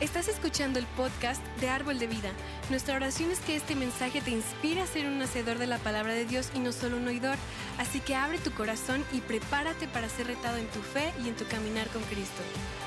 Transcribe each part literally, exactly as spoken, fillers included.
Estás escuchando el podcast de Árbol de Vida. Nuestra oración es que este mensaje te inspire a ser un hacedor de la palabra de Dios y no solo un oidor. Así que abre tu corazón y prepárate para ser retado en tu fe y en tu caminar con Cristo.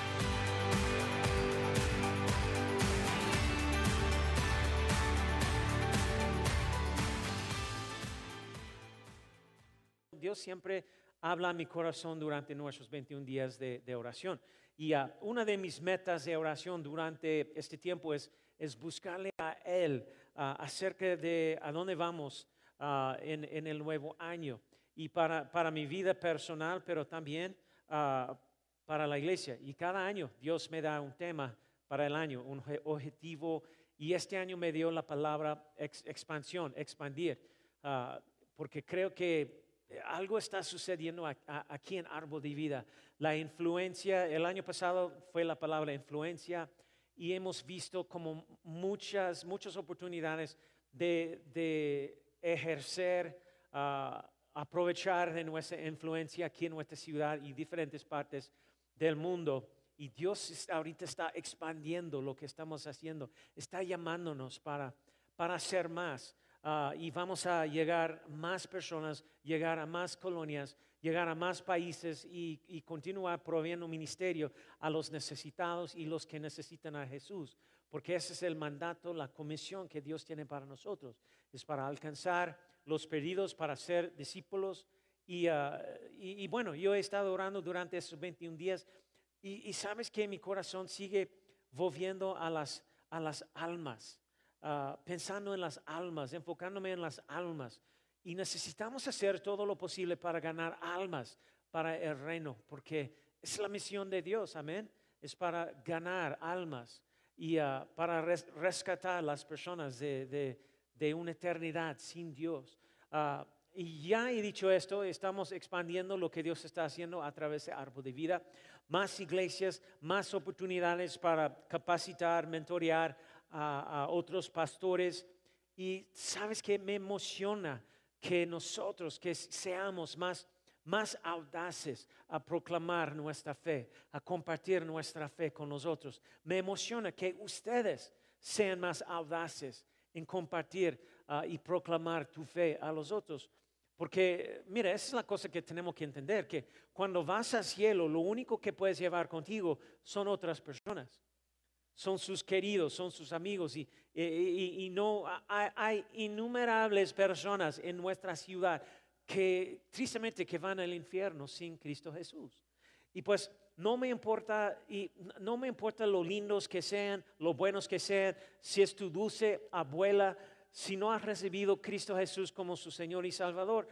Dios siempre habla a mi corazón durante nuestros veintiún días de, de oración. Y uh, una de mis metas de oración durante este tiempo es, es buscarle a Él uh, acerca de a dónde vamos uh, en, en el nuevo año. Y para, para mi vida personal, pero también uh, para la iglesia. Y cada año Dios me da un tema para el año, un objetivo. Y este año me dio la palabra ex, expansión, expandir. Uh, porque creo que algo está sucediendo aquí en Árbol de Vida. La influencia, el año pasado fue la palabra influencia y hemos visto como muchas, muchas oportunidades de, de ejercer, uh, aprovechar de nuestra influencia aquí en nuestra ciudad y diferentes partes del mundo. Y Dios ahorita está expandiendo lo que estamos haciendo, está llamándonos para, para hacer más. Uh, y vamos a llegar a más personas, llegar a más colonias, llegar a más países y, y continuar proveyendo ministerio a los necesitados y los que necesitan a Jesús. Porque ese es el mandato, la comisión que Dios tiene para nosotros. Es para alcanzar los perdidos, para ser discípulos. Y, uh, y, y bueno, yo he estado orando durante esos veintiún días y, y sabes que mi corazón sigue volviendo a las, a las almas. Uh, pensando en las almas, enfocándome en las almas. Y necesitamos hacer todo lo posible para ganar almas para el reino, porque es la misión de Dios, amén. Es para ganar almas y uh, para res rescatar las personas de, de, de una eternidad sin Dios. Uh, y ya he dicho esto, estamos expandiendo lo que Dios está haciendo a través de Árbol de Vida. Más iglesias, más oportunidades para capacitar, mentorear a, a otros pastores. Y sabes que me emociona que nosotros que seamos más, más audaces a proclamar nuestra fe, a compartir nuestra fe con los otros. Me emociona que ustedes sean más audaces en compartir uh, y proclamar tu fe a los otros. Porque, mira, esa es la cosa que tenemos que entender, que cuando vas al cielo, lo único que puedes llevar contigo son otras personas. Son sus queridos, son sus amigos. Y, y, y no hay, hay innumerables personas en nuestra ciudad que tristemente que van al infierno sin Cristo Jesús. Y pues no me importa, y no me importa lo lindos que sean, lo buenos que sean, si es tu dulce abuela, si no has recibido Cristo Jesús como su Señor y Salvador,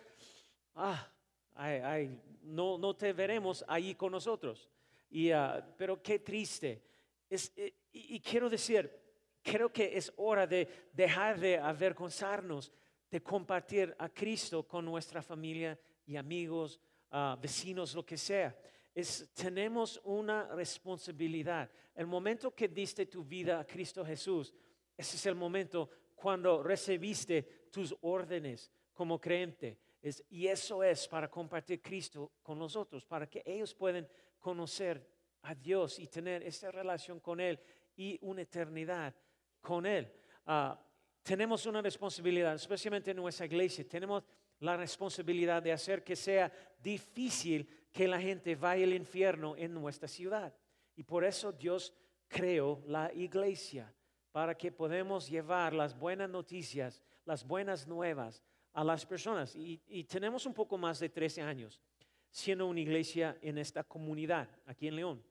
ah, ay, ay, no, no te veremos ahí con nosotros. Y, uh, pero qué triste. Es, y, y quiero decir, creo que es hora de dejar de avergonzarnos de compartir a Cristo con nuestra familia y amigos, uh, vecinos, lo que sea. Es, tenemos una responsabilidad. El momento que diste tu vida a Cristo Jesús, ese es el momento cuando recibiste tus órdenes como creyente. Es, y eso es para compartir Cristo con los otros, para que ellos puedan conocer a Dios y tener esa relación con Él y una eternidad con Él. Uh, tenemos una responsabilidad, especialmente en nuestra iglesia. Tenemos la responsabilidad de hacer que sea difícil que la gente vaya al infierno en nuestra ciudad. Y por eso Dios creó la iglesia, para que podamos llevar las buenas noticias, las buenas nuevas a las personas. Y, y tenemos un poco más de trece años siendo una iglesia en esta comunidad, aquí en León.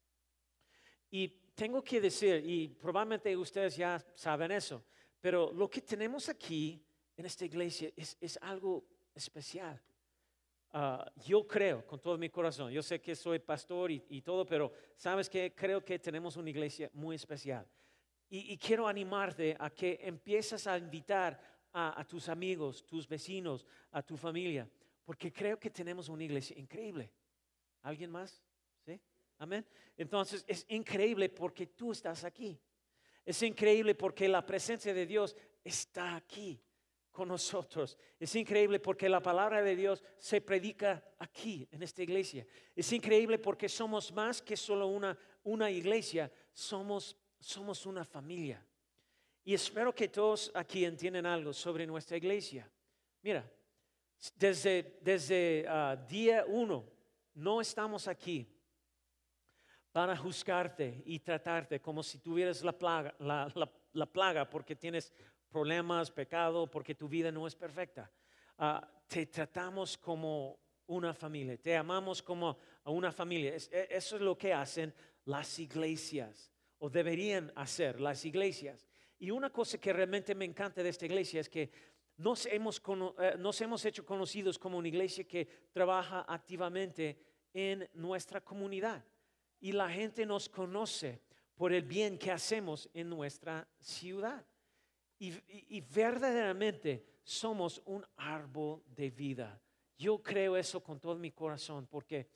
Y tengo que decir, y probablemente ustedes ya saben eso, pero lo que tenemos aquí en esta iglesia es, es algo especial. Uh, yo creo con todo mi corazón, yo sé que soy pastor y, y todo, pero sabes que creo que tenemos una iglesia muy especial. Y, y quiero animarte a que empieces a invitar a, a tus amigos, tus vecinos, a tu familia, porque creo que tenemos una iglesia increíble. ¿Alguien más? ¿Sí? Amén. Entonces es increíble porque tú estás aquí. Es increíble porque la presencia de Dios está aquí con nosotros. Es increíble porque la palabra de Dios se predica aquí en esta iglesia. Es increíble porque somos más que solo una, una iglesia, somos somos una familia. Y espero que todos aquí entiendan algo sobre nuestra iglesia. Mira, desde, desde uh, día uno no estamos aquí para juzgarte y tratarte como si tuvieras la plaga, la, la, la plaga porque tienes problemas, pecado, porque tu vida no es perfecta. Uh, te tratamos como una familia, te amamos como a una familia. Es, eso es lo que hacen las iglesias, o deberían hacer las iglesias. Y una cosa que realmente me encanta de esta iglesia es que nos hemos, eh, nos hemos hecho conocidos como una iglesia que trabaja activamente en nuestra comunidad. Y la gente nos conoce por el bien que hacemos en nuestra ciudad. Y, y, y verdaderamente somos un árbol de vida. Yo creo eso con todo mi corazón, porque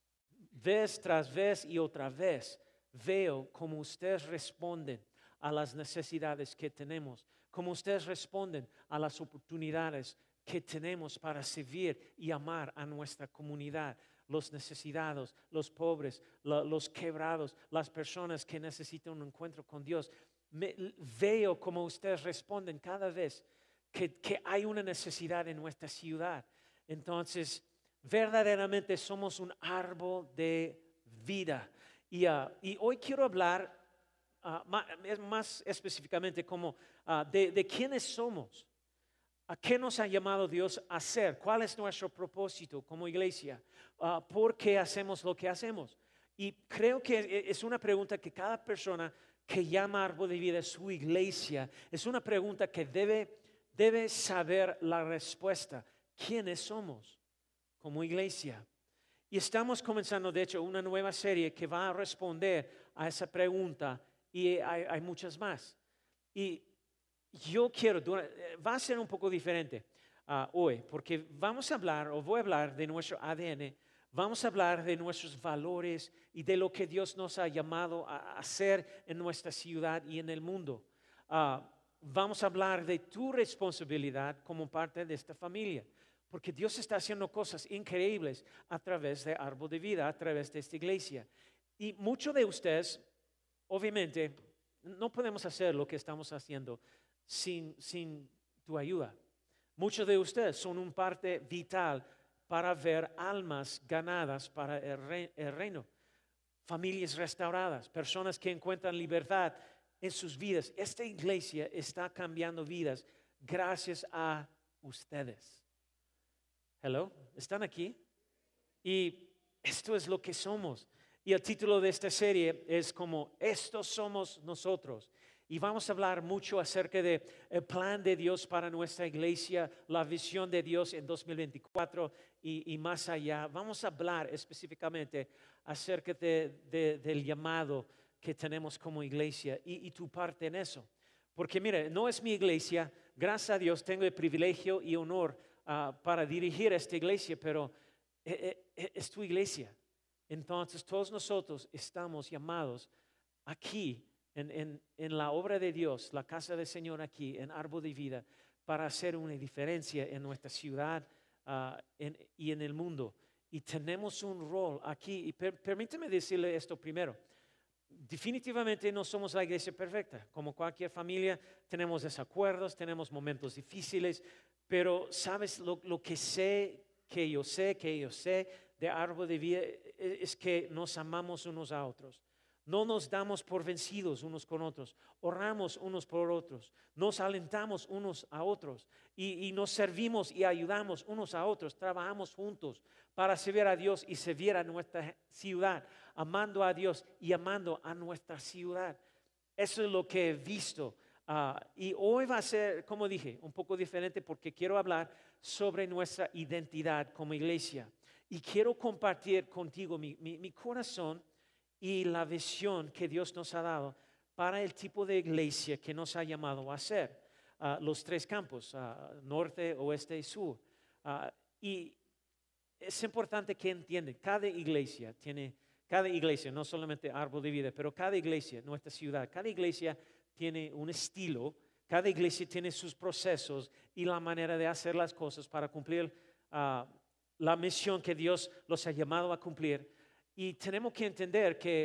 vez tras vez y otra vez veo cómo ustedes responden a las necesidades que tenemos, cómo ustedes responden a las oportunidades que tenemos para servir y amar a nuestra comunidad, los necesitados, los pobres, lo, los quebrados, las personas que necesitan un encuentro con Dios. Me, veo cómo ustedes responden cada vez que, que hay una necesidad en nuestra ciudad. Entonces, verdaderamente somos un árbol de vida. Y, uh, y hoy quiero hablar uh, más, más específicamente como, uh, de, de quiénes somos. ¿A qué nos ha llamado Dios a hacer? ¿Cuál es nuestro propósito como iglesia? Uh, ¿Por qué hacemos lo que hacemos? Y creo que es una pregunta que cada persona que llama árbol de vida su iglesia, es una pregunta que debe, debe saber la respuesta. ¿Quiénes somos como iglesia? Y estamos comenzando, de hecho, una nueva serie que va a responder a esa pregunta, y hay, hay muchas más. Y yo quiero, va a ser un poco diferente uh, hoy, porque vamos a hablar, o voy a hablar de nuestro A D N, vamos a hablar de nuestros valores y de lo que Dios nos ha llamado a hacer en nuestra ciudad y en el mundo. Uh, vamos a hablar de tu responsabilidad como parte de esta familia. Porque Dios está haciendo cosas increíbles a través de Árbol de Vida, a través de esta iglesia. Y muchos de ustedes, obviamente, no podemos hacer lo que estamos haciendo sin, sin tu ayuda. Muchos de ustedes son un parte vital para ver almas ganadas para el, rey, el reino. Familias restauradas, personas que encuentran libertad en sus vidas. Esta iglesia está cambiando vidas gracias a ustedes. Hello, ¿están aquí? Y esto es lo que somos. Y el título de esta serie es como, estos somos nosotros. Y vamos a hablar mucho acerca del plan de Dios para nuestra iglesia, la visión de Dios en dos mil veinticuatro y, y más allá. Vamos a hablar específicamente acerca de, de, del llamado que tenemos como iglesia y, y tu parte en eso. Porque mire, no es mi iglesia, gracias a Dios tengo el privilegio y honor Uh, para dirigir esta iglesia, pero es, es, es tu iglesia. Entonces todos nosotros estamos llamados aquí en, en, en la obra de Dios, la casa del Señor aquí, en Árbol de Vida, para hacer una diferencia en nuestra ciudad uh, en, y en el mundo. Y tenemos un rol aquí. Y per, permíteme decirle esto primero. Definitivamente no somos la iglesia perfecta. Como cualquier familia tenemos desacuerdos, tenemos momentos difíciles. Pero sabes lo, lo que sé, que yo sé, que yo sé de Árbol de Vida es que nos amamos unos a otros. No nos damos por vencidos unos con otros. Oramos unos por otros. Nos alentamos unos a otros. Y, y nos servimos y ayudamos unos a otros. Trabajamos juntos para servir a Dios y servir a nuestra ciudad. Amando a Dios y amando a nuestra ciudad. Eso es lo que he visto. Uh, y hoy va a ser, como dije, un poco diferente porque quiero hablar sobre nuestra identidad como iglesia. Y quiero compartir contigo mi, mi, mi corazón y la visión que Dios nos ha dado para el tipo de iglesia que nos ha llamado a ser. Uh, los tres campos, uh, norte, oeste y sur. Uh, y es importante que entiendan, cada iglesia tiene, cada iglesia, no solamente Árbol de Vida, pero cada iglesia, nuestra ciudad, cada iglesia tiene un estilo, cada iglesia tiene sus procesos y la manera de hacer las cosas para cumplir uh, la misión que Dios los ha llamado a cumplir. Y tenemos que entender que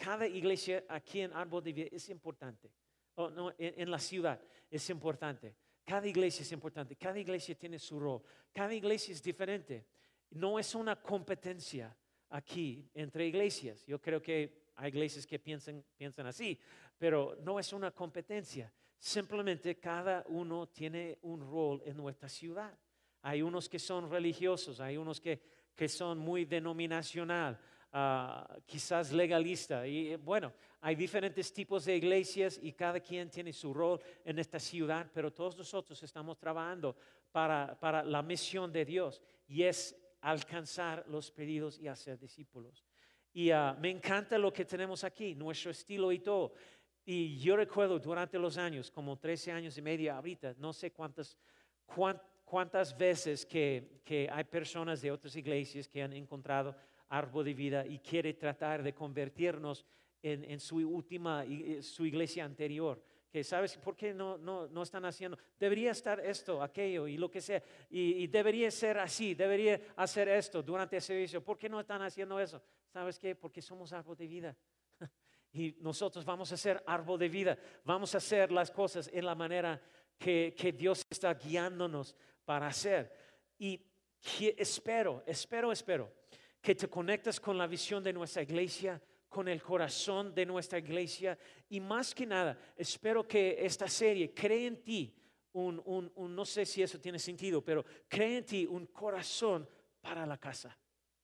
cada iglesia aquí en Árbol de Vida es importante. Oh, no, en, en la ciudad es importante. Cada iglesia es importante. Cada iglesia tiene su rol. Cada iglesia es diferente. No es una competencia aquí entre iglesias. Yo creo que hay iglesias que piensan, piensan así, pero no es una competencia. Simplemente cada uno tiene un rol en nuestra ciudad. Hay unos que son religiosos, hay unos que, que son muy denominacional, uh, quizás legalista. Y bueno, hay diferentes tipos de iglesias y cada quien tiene su rol en esta ciudad, pero todos nosotros estamos trabajando para, para la misión de Dios y es alcanzar los perdidos y hacer discípulos. Y uh, me encanta lo que tenemos aquí, nuestro estilo y todo. Y yo recuerdo durante los años, como trece años y medio ahorita, no sé cuántas, cuánt, cuántas veces que, que hay personas de otras iglesias que han encontrado Árbol de Vida y quiere tratar de convertirnos en, en su última, su iglesia anterior. Que sabes, ¿por qué no, no, no están haciendo? Debería estar esto, aquello y lo que sea. Y, y debería ser así, debería hacer esto durante el servicio. ¿Por qué no están haciendo eso? ¿Sabes qué? Porque somos Árbol de Vida. Y nosotros vamos a ser Árbol de Vida. Vamos a hacer las cosas en la manera que, que Dios está guiándonos para hacer. Y que espero, espero, espero que te conectes con la visión de nuestra iglesia, con el corazón de nuestra iglesia y más que nada, espero que esta serie cree en ti, un, un, un, no sé si eso tiene sentido, pero cree en ti un corazón para la casa.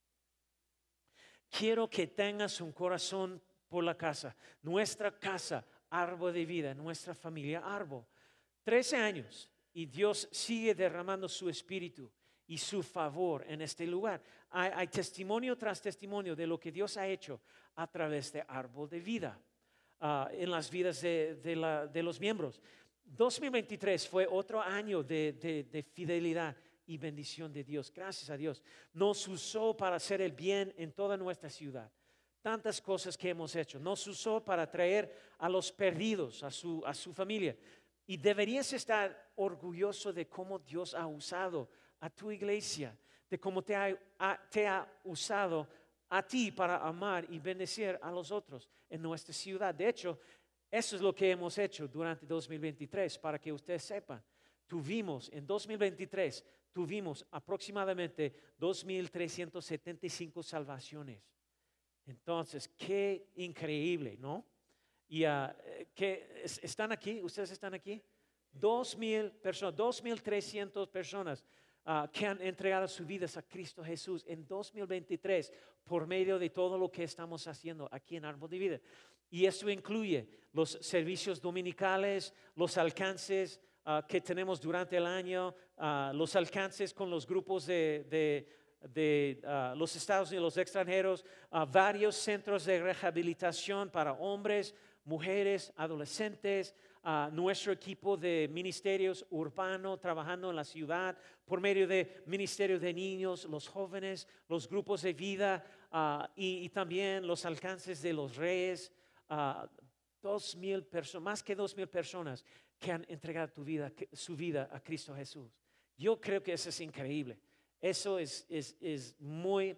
Quiero que tengas un corazón por la casa, nuestra casa, Árbol de Vida, nuestra familia, Árbol. Trece años y Dios sigue derramando su espíritu y su favor en este lugar. Hay, hay testimonio tras testimonio de lo que Dios ha hecho a través de Árbol de Vida uh, en las vidas de, de, la, de los miembros. dos mil veintitrés fue otro año de, de, de fidelidad y bendición de Dios. Gracias a Dios. Nos usó para hacer el bien en toda nuestra ciudad. Tantas cosas que hemos hecho. Nos usó para traer a los perdidos, a su, a su familia. Y deberías estar orgulloso de cómo Dios ha usado a tu iglesia, de cómo te ha, a, te ha usado a ti para amar y bendecir a los otros en nuestra ciudad. De hecho, eso es lo que hemos hecho durante dos mil veintitrés, para que ustedes sepan. Tuvimos, en dos mil veintitrés, tuvimos aproximadamente dos mil trescientas setenta y cinco salvaciones. Entonces, qué increíble, ¿no? Y uh, que están aquí, ustedes están aquí, dos mil personas, dos mil trescientas personas uh, que han entregado sus vidas a Cristo Jesús en dos mil veintitrés por medio de todo lo que estamos haciendo aquí en Árbol de Vida. Y eso incluye los servicios dominicales, los alcances uh, que tenemos durante el año, uh, los alcances con los grupos de, de de uh, los Estados Unidos, los extranjeros, uh, varios centros de rehabilitación para hombres, mujeres, adolescentes, uh, nuestro equipo de ministerios urbanos trabajando en la ciudad por medio de ministerios de niños, los jóvenes, los grupos de vida uh, y, y también los alcances de los reyes, uh, dos mil personas, más que dos mil personas que han entregado tu vida, su vida a Cristo Jesús. Yo creo que eso es increíble. Eso es, es, es muy,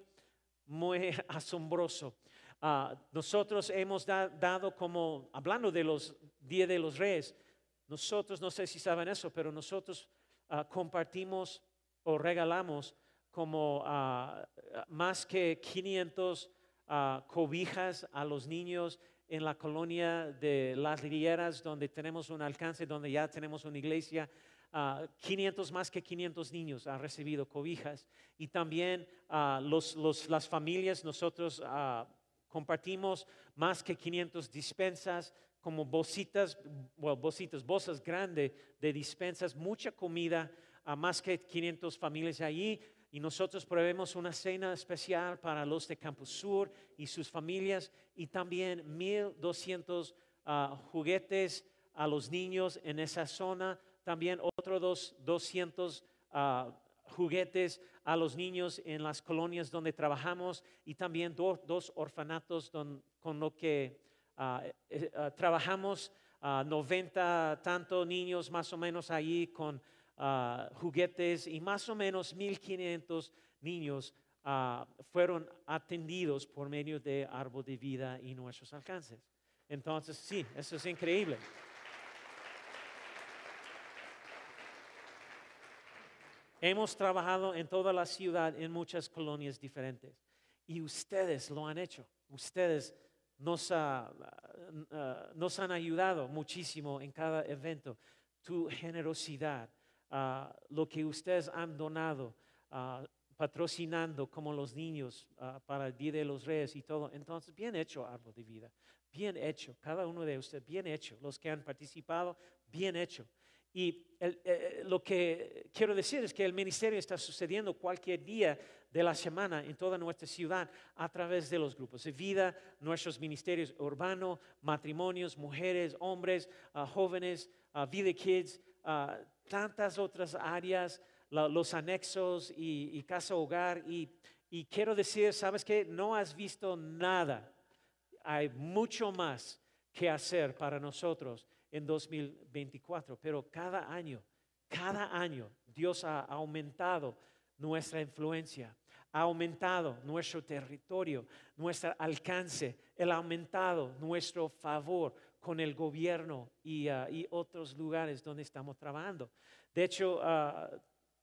muy asombroso. Uh, nosotros hemos da, dado como, hablando de los Días de los Reyes, nosotros, no sé si saben eso, pero nosotros uh, compartimos o regalamos como uh, más que quinientas uh, cobijas a los niños en la colonia de Las Rieras, donde tenemos un alcance, donde ya tenemos una iglesia. Uh, quinientos, más que quinientos niños han recibido cobijas y también uh, los, los, las familias, nosotros uh, compartimos más que quinientas despensas como bolsitas, well, bolsitas, bolsas grandes de despensas, mucha comida a más que quinientas familias allí y nosotros proveemos una cena especial para los de Campus Sur y sus familias y también mil doscientos uh, juguetes a los niños en esa zona. También otros doscientos uh, juguetes a los niños en las colonias donde trabajamos y también do, dos orfanatos don, con lo que uh, eh, uh, trabajamos, uh, noventa tantos niños más o menos allí con uh, juguetes y más o menos mil quinientos niños ah, fueron atendidos por medio de Árbol de Vida y nuestros alcances. Entonces, sí, eso es increíble. Hemos trabajado en toda la ciudad en muchas colonias diferentes y ustedes lo han hecho. Ustedes nos, uh, uh, nos han ayudado muchísimo en cada evento. Tu generosidad, uh, lo que ustedes han donado, uh, patrocinando como los niños uh, para el Día de los Reyes y todo. Entonces, bien hecho, Árbol de Vida. Bien hecho, cada uno de ustedes, bien hecho. Los que han participado, bien hecho. Y el, eh, lo que quiero decir es que el ministerio está sucediendo cualquier día de la semana en toda nuestra ciudad a través de los grupos de vida, nuestros ministerios urbanos, matrimonios, mujeres, hombres, uh, jóvenes, uh, Vida Kids, uh, tantas otras áreas, la, los anexos y, y casa hogar. Y, y quiero decir, ¿sabes qué? No has visto nada. Hay mucho más que hacer para nosotros en dos mil veinticuatro, pero cada año, cada año Dios ha aumentado nuestra influencia, ha aumentado nuestro territorio, nuestro alcance, Él ha aumentado nuestro favor con el gobierno y, uh, y otros lugares donde estamos trabajando. De hecho, uh,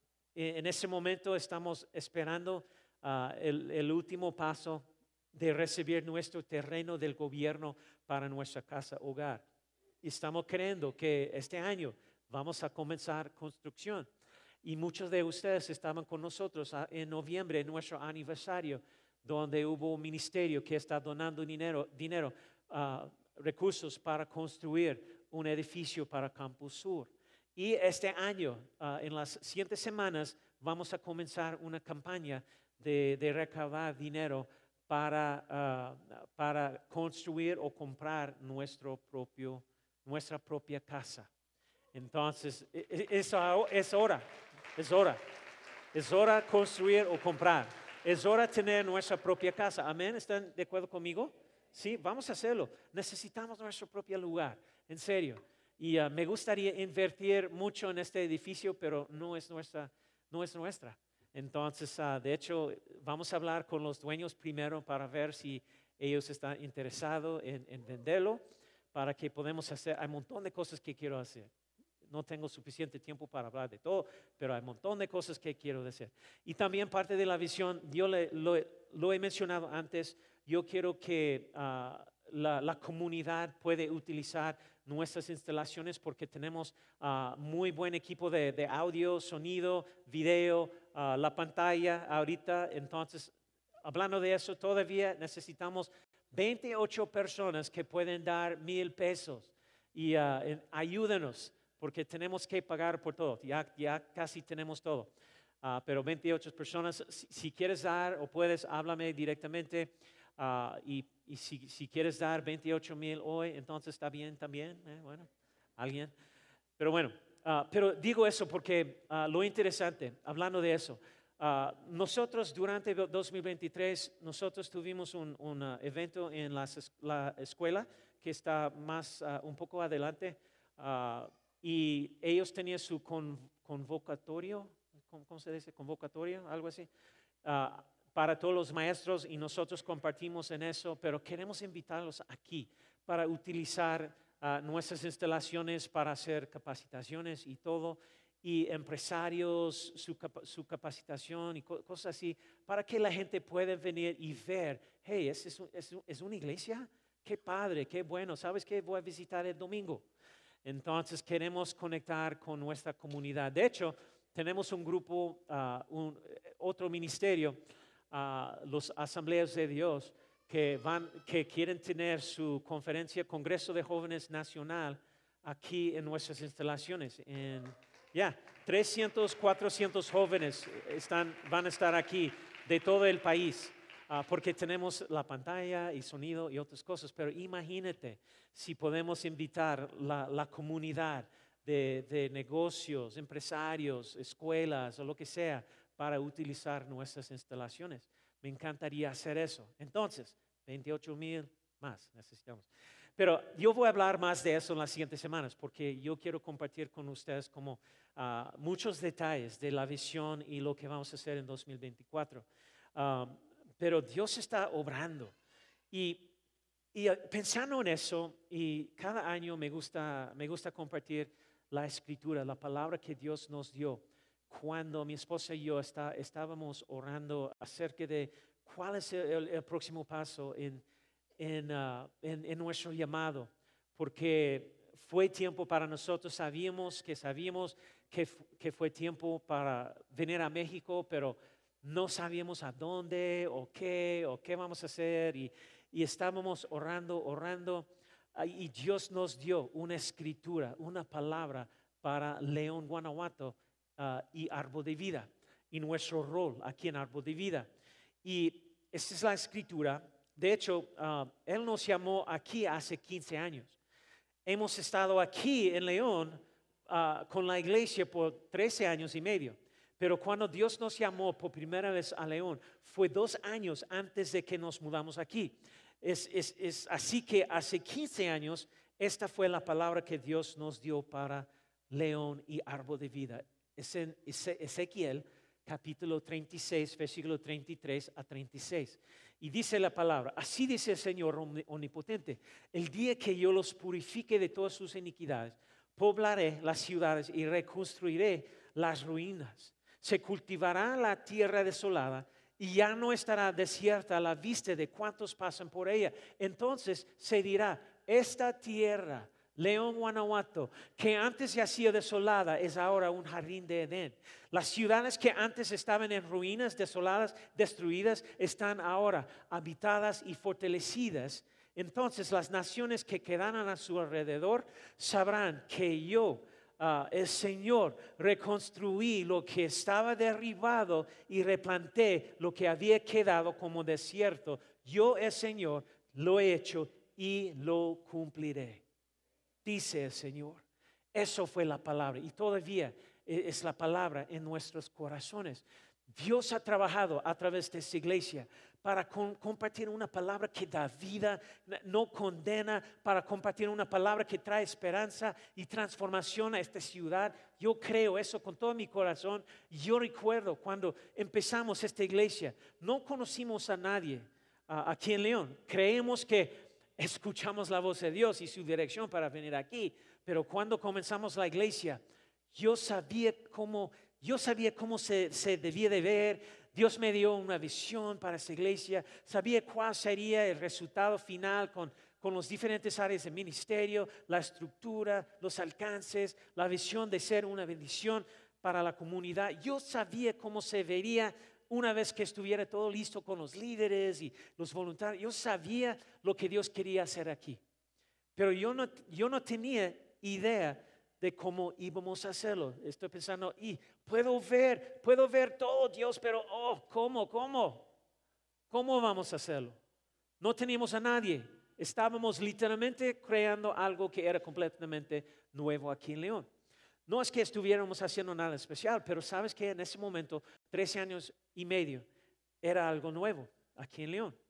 en ese momento estamos esperando uh, el, el último paso de recibir nuestro terreno del gobierno para nuestra casa hogar. Y estamos creyendo que este año vamos a comenzar construcción. Y muchos de ustedes estaban con nosotros en noviembre, en nuestro aniversario, donde hubo un ministerio que está donando dinero, dinero uh, recursos para construir un edificio para Campus Sur. Y este año, uh, en las siguientes semanas, vamos a comenzar una campaña de, de recaudar dinero para, uh, para construir o comprar nuestro propio nuestra propia casa. Entonces, es, es hora, es hora, es hora construir o comprar, es hora tener nuestra propia casa. Amén, ¿están de acuerdo conmigo? Sí, vamos a hacerlo. Necesitamos nuestro propio lugar, en serio. Y uh, me gustaría invertir mucho en este edificio, pero no es nuestra, no es nuestra. Entonces, uh, de hecho, vamos a hablar con los dueños primero para ver si ellos están interesados en, en venderlo, para que podamos hacer. Hay un montón de cosas que quiero hacer. No tengo suficiente tiempo para hablar de todo, pero hay un montón de cosas que quiero hacer. Y también parte de la visión, yo le, lo, lo he mencionado antes, yo quiero que uh, la, la comunidad puede utilizar nuestras instalaciones porque tenemos uh, muy buen equipo de, de audio, sonido, video, uh, la pantalla ahorita. Entonces, hablando de eso, todavía necesitamos veintiocho personas que pueden dar mil pesos y uh, en, ayúdenos porque tenemos que pagar por todo, ya, ya casi tenemos todo, uh, pero veintiocho personas, si, si quieres dar o puedes, háblame directamente uh, y, y si, si quieres dar veintiocho mil hoy, entonces está bien también, eh, bueno, alguien, pero bueno, uh, pero digo eso porque uh, lo interesante, hablando de eso, Uh, nosotros durante dos mil veintitrés, nosotros tuvimos un, un uh, evento en la, la escuela que está más uh, un poco adelante uh, y ellos tenían su con, convocatorio, ¿cómo, ¿cómo se dice? Convocatorio, algo así, uh, para todos los maestros y nosotros compartimos en eso, pero queremos invitarlos aquí para utilizar uh, nuestras instalaciones para hacer capacitaciones y todo. Y empresarios, su, capa, su capacitación y co cosas así, para que la gente pueda venir y ver, hey, ¿es, es, es, es una iglesia? Qué padre, qué bueno, ¿sabes qué? Voy a visitar el domingo. Entonces queremos conectar con nuestra comunidad. De hecho, tenemos un grupo, uh, un, otro ministerio, uh, los Asambleas de Dios, que, van, que quieren tener su conferencia, Congreso de Jóvenes Nacional, aquí en nuestras instalaciones, en... Ya, yeah, trescientos, cuatrocientos jóvenes están, van a estar aquí de todo el país uh, porque tenemos la pantalla y sonido y otras cosas. Pero imagínate si podemos invitar la, la comunidad de, de negocios, empresarios, escuelas o lo que sea para utilizar nuestras instalaciones. Me encantaría hacer eso. Entonces, veintiocho mil más necesitamos. Pero yo voy a hablar más de eso en las siguientes semanas porque yo quiero compartir con ustedes como uh, muchos detalles de la visión y lo que vamos a hacer en dos mil veinticuatro. Um, pero Dios está obrando. Y Y uh, pensando en eso, y cada año me gusta, me gusta compartir la escritura, la palabra que Dios nos dio. Cuando mi esposa y yo está, estábamos orando acerca de cuál es el, el próximo paso en, en, uh, en, en nuestro llamado, porque fue tiempo para nosotros, sabíamos que sabíamos que, que fue tiempo para venir a México, pero no sabíamos a dónde o qué o qué vamos a hacer. Y, Y estábamos orando, orando, y Dios nos dio una escritura, una palabra para León, Guanajuato, uh, y Árbol de Vida, y nuestro rol aquí en Árbol de Vida. Y esta es la escritura. De hecho, uh, Él nos llamó aquí hace quince años. Hemos estado aquí en León uh, con la iglesia por trece años y medio. Pero cuando Dios nos llamó por primera vez a León, fue dos años antes de que nos mudamos aquí. Es, es, es así que hace quince años, esta fue la palabra que Dios nos dio para León y Árbol de Vida. Es en Ezequiel capítulo treinta y seis, versículo treinta y tres a treinta y seis. Y dice la palabra: así dice el Señor omnipotente, el día que yo los purifique de todas sus iniquidades, poblaré las ciudades y reconstruiré las ruinas. Se cultivará la tierra desolada y ya no estará desierta a la vista de cuantos pasan por ella. Entonces se dirá: esta tierra, León, Guanajuato, que antes yacía desolada, es ahora un jardín de Edén. Las ciudades que antes estaban en ruinas, desoladas, destruidas, están ahora habitadas y fortalecidas. Entonces las naciones que quedaron a su alrededor sabrán que yo, Uh, el Señor, reconstruí lo que estaba derribado y replanté lo que había quedado como desierto. Yo, el Señor, lo he hecho y lo cumpliré, dice el Señor. Eso fue la palabra, y todavía es la palabra en nuestros corazones. Dios ha trabajado a través de esta iglesia para con, compartir una palabra que da vida, no condena, para compartir una palabra que trae esperanza y transformación a esta ciudad. Yo creo eso con todo mi corazón. Yo recuerdo cuando empezamos esta iglesia, no conocimos a nadie uh, aquí en León. Creemos que escuchamos la voz de Dios y su dirección para venir aquí, pero cuando comenzamos la iglesia, yo sabía cómo, yo sabía cómo se, se debía de ver. Dios me dio una visión para esta iglesia, sabía cuál sería el resultado final con, con las diferentes áreas de ministerio, la estructura, los alcances, la visión de ser una bendición para la comunidad. Yo sabía cómo se vería una vez que estuviera todo listo con los líderes y los voluntarios. Yo sabía lo que Dios quería hacer aquí, pero yo no, yo no tenía idea de cómo íbamos a hacerlo. Estoy pensando, y puedo ver, puedo ver todo, Dios, pero oh, ¿cómo, cómo? ¿Cómo vamos a hacerlo? No teníamos a nadie. Estábamos literalmente creando algo que era completamente nuevo aquí en León. No es que estuviéramos haciendo nada especial, pero sabes que en ese momento, trece años y medio, era algo nuevo aquí en León.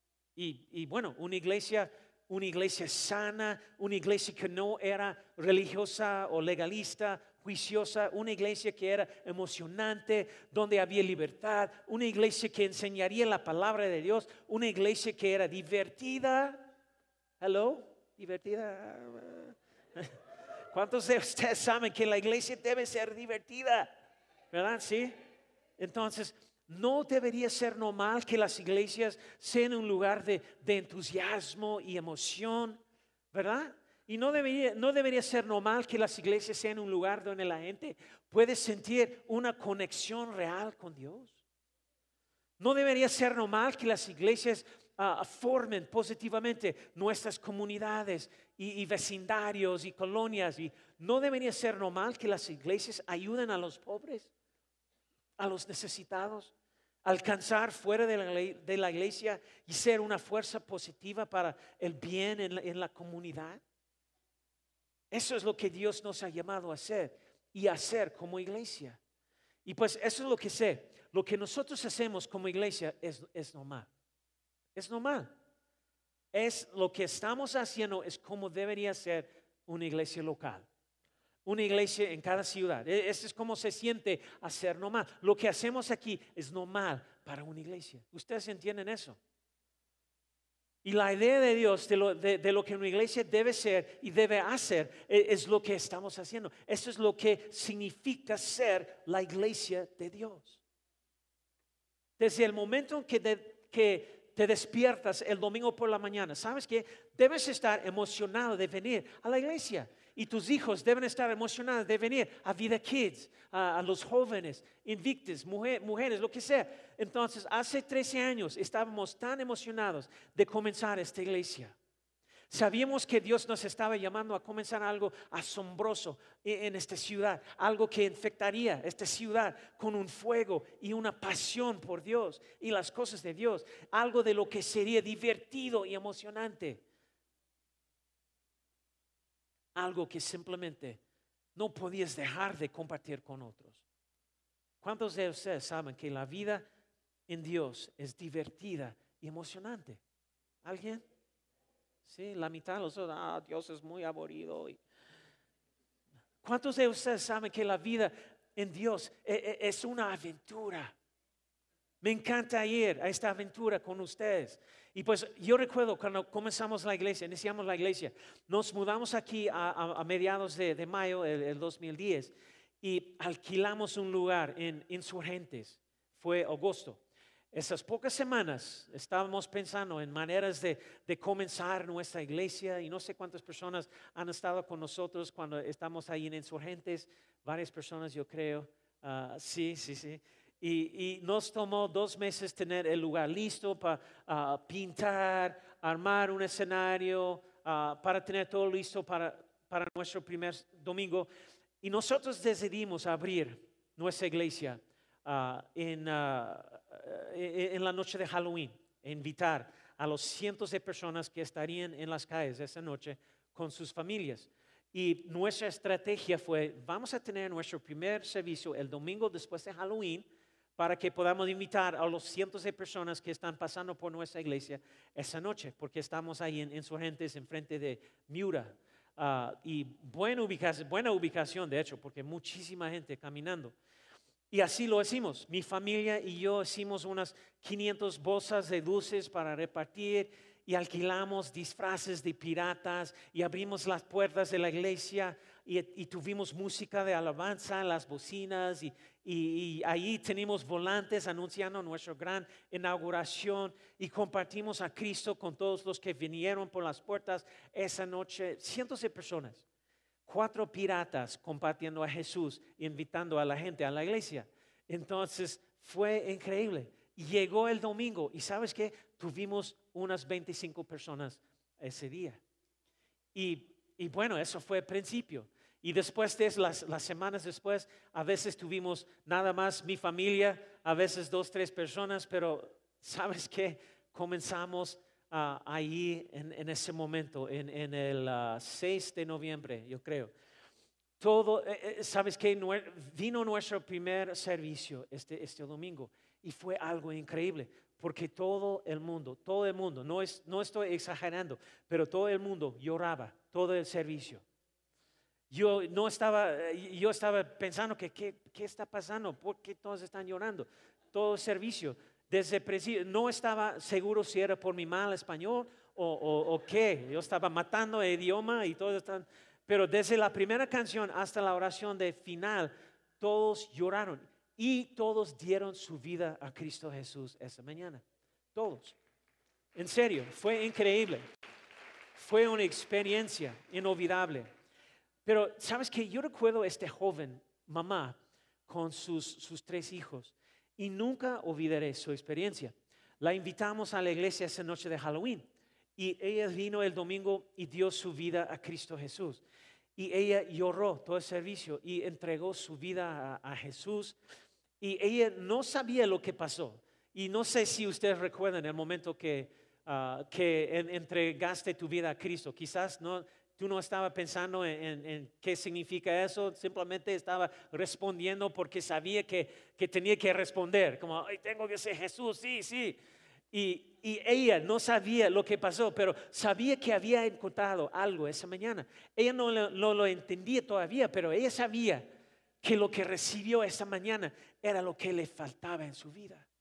Y, y bueno, una iglesia Una iglesia sana, una iglesia que no era religiosa o legalista, juiciosa, una iglesia que era emocionante, donde había libertad, una iglesia que enseñaría la palabra de Dios, una iglesia que era divertida. Hello, divertida. ¿Cuántos de ustedes saben que la iglesia debe ser divertida? ¿Verdad? Sí. Entonces, no debería ser normal que las iglesias sean un lugar de, de entusiasmo y emoción, ¿verdad? Y no debería, no debería ser normal que las iglesias sean un lugar donde la gente puede sentir una conexión real con Dios. No debería ser normal que las iglesias uh, formen positivamente nuestras comunidades y, y vecindarios y colonias. Y no debería ser normal que las iglesias ayuden a los pobres, a los necesitados, alcanzar fuera de la, de la iglesia y ser una fuerza positiva para el bien en la, en la comunidad. Eso es lo que Dios nos ha llamado a hacer y a hacer como iglesia. Y pues eso es lo que sé. Lo que nosotros hacemos como iglesia es, es normal. Es normal. Es lo que estamos haciendo, es como debería ser una iglesia local. Una iglesia en cada ciudad. Eso es como se siente hacer normal. Lo que hacemos aquí es normal para una iglesia. ¿Ustedes entienden eso? Y la idea de Dios, de lo, de, de lo que una iglesia debe ser y debe hacer, es, es lo que estamos haciendo. Eso es lo que significa ser la iglesia de Dios. Desde el momento que, de, que te despiertas el domingo por la mañana, ¿sabes qué? Debes estar emocionado de venir a la iglesia. Y tus hijos deben estar emocionados de venir a Vida Kids, a, a los jóvenes, Invictus, mujer, mujeres, lo que sea. Entonces, hace trece años estábamos tan emocionados de comenzar esta iglesia. Sabíamos que Dios nos estaba llamando a comenzar algo asombroso en, en esta ciudad, algo que infectaría esta ciudad con un fuego y una pasión por Dios y las cosas de Dios, algo de lo que sería divertido y emocionante. Algo que simplemente no podías dejar de compartir con otros. ¿Cuántos de ustedes saben que la vida en Dios es divertida y emocionante? ¿Alguien? Sí, la mitad de los otros, ah, Dios es muy aburrido. ¿Cuántos de ustedes saben que la vida en Dios es una aventura? Me encanta ir a esta aventura con ustedes. Y pues yo recuerdo cuando comenzamos la iglesia, iniciamos la iglesia, nos mudamos aquí a, a, a mediados de, de mayo del el dos mil diez y alquilamos un lugar en Insurgentes. Fue agosto. Esas pocas semanas estábamos pensando en maneras de, de comenzar nuestra iglesia y no sé cuántas personas han estado con nosotros cuando estamos ahí en Insurgentes. Varias personas yo creo. Uh, sí, sí, sí. Y, y nos tomó dos meses tener el lugar listo para uh, pintar, armar un escenario, uh, para tener todo listo para, para nuestro primer domingo. Y nosotros decidimos abrir nuestra iglesia uh, en, uh, en la noche de Halloween, e invitar a los cientos de personas que estarían en las calles esa noche con sus familias. Y nuestra estrategia fue, vamos a tener nuestro primer servicio el domingo después de Halloween, para que podamos invitar a los cientos de personas que están pasando por nuestra iglesia esa noche, porque estamos ahí en Insurgentes, enfrente de Miura. Uh, y buena ubicación, buena ubicación, de hecho, porque muchísima gente caminando. Y así lo hicimos. Mi familia y yo hicimos unas quinientas bolsas de luces para repartir y alquilamos disfraces de piratas y abrimos las puertas de la iglesia y, y tuvimos música de alabanza, las bocinas y, y, y ahí tenemos volantes anunciando nuestra gran inauguración y compartimos a Cristo con todos los que vinieron por las puertas esa noche, cientos de personas. Cuatro piratas compartiendo a Jesús, invitando a la gente a la iglesia. Entonces fue increíble. Llegó el domingo y ¿sabes qué? Tuvimos unas veinticinco personas ese día. Y, y bueno, eso fue el principio. Y después de las, las semanas después, a veces tuvimos nada más mi familia, a veces dos, tres personas, pero ¿sabes qué? Comenzamos Uh, ahí en, en ese momento, en, en el uh, seis de noviembre, yo creo. Todo, eh, ¿sabes qué? Vino nuestro primer servicio este, este domingo y fue algo increíble, porque todo el mundo, todo el mundo, no, es, no estoy exagerando, pero todo el mundo lloraba, todo el servicio. Yo no estaba, yo estaba pensando que ¿qué, qué está pasando? ¿Por qué todos están llorando? Todo el servicio. Desde el principio no estaba seguro si era por mi mal español o, o, o qué. Yo estaba matando el idioma y todo están. Pero desde la primera canción hasta la oración de final, todos lloraron y todos dieron su vida a Cristo Jesús esa mañana. Todos. En serio, fue increíble. Fue una experiencia inolvidable. Pero, ¿sabes qué? Yo recuerdo a este joven mamá con sus, sus tres hijos. Y nunca olvidaré su experiencia. La invitamos a la iglesia esa noche de Halloween. Y ella vino el domingo y dio su vida a Cristo Jesús. Y ella lloró todo el servicio y entregó su vida a, a Jesús. Y ella no sabía lo que pasó. Y no sé si ustedes recuerdan el momento que, uh, que en, entregaste tu vida a Cristo. Quizás no... Tú no estabas pensando en, en, en qué significa eso, simplemente estaba respondiendo porque sabía que, que tenía que responder, como, ay, tengo que ser Jesús, sí, sí. Y, y ella no sabía lo que pasó, pero sabía que había encontrado algo esa mañana. Ella no lo, no lo entendía todavía, pero ella sabía que lo que recibió esa mañana era lo que le faltaba en su vida.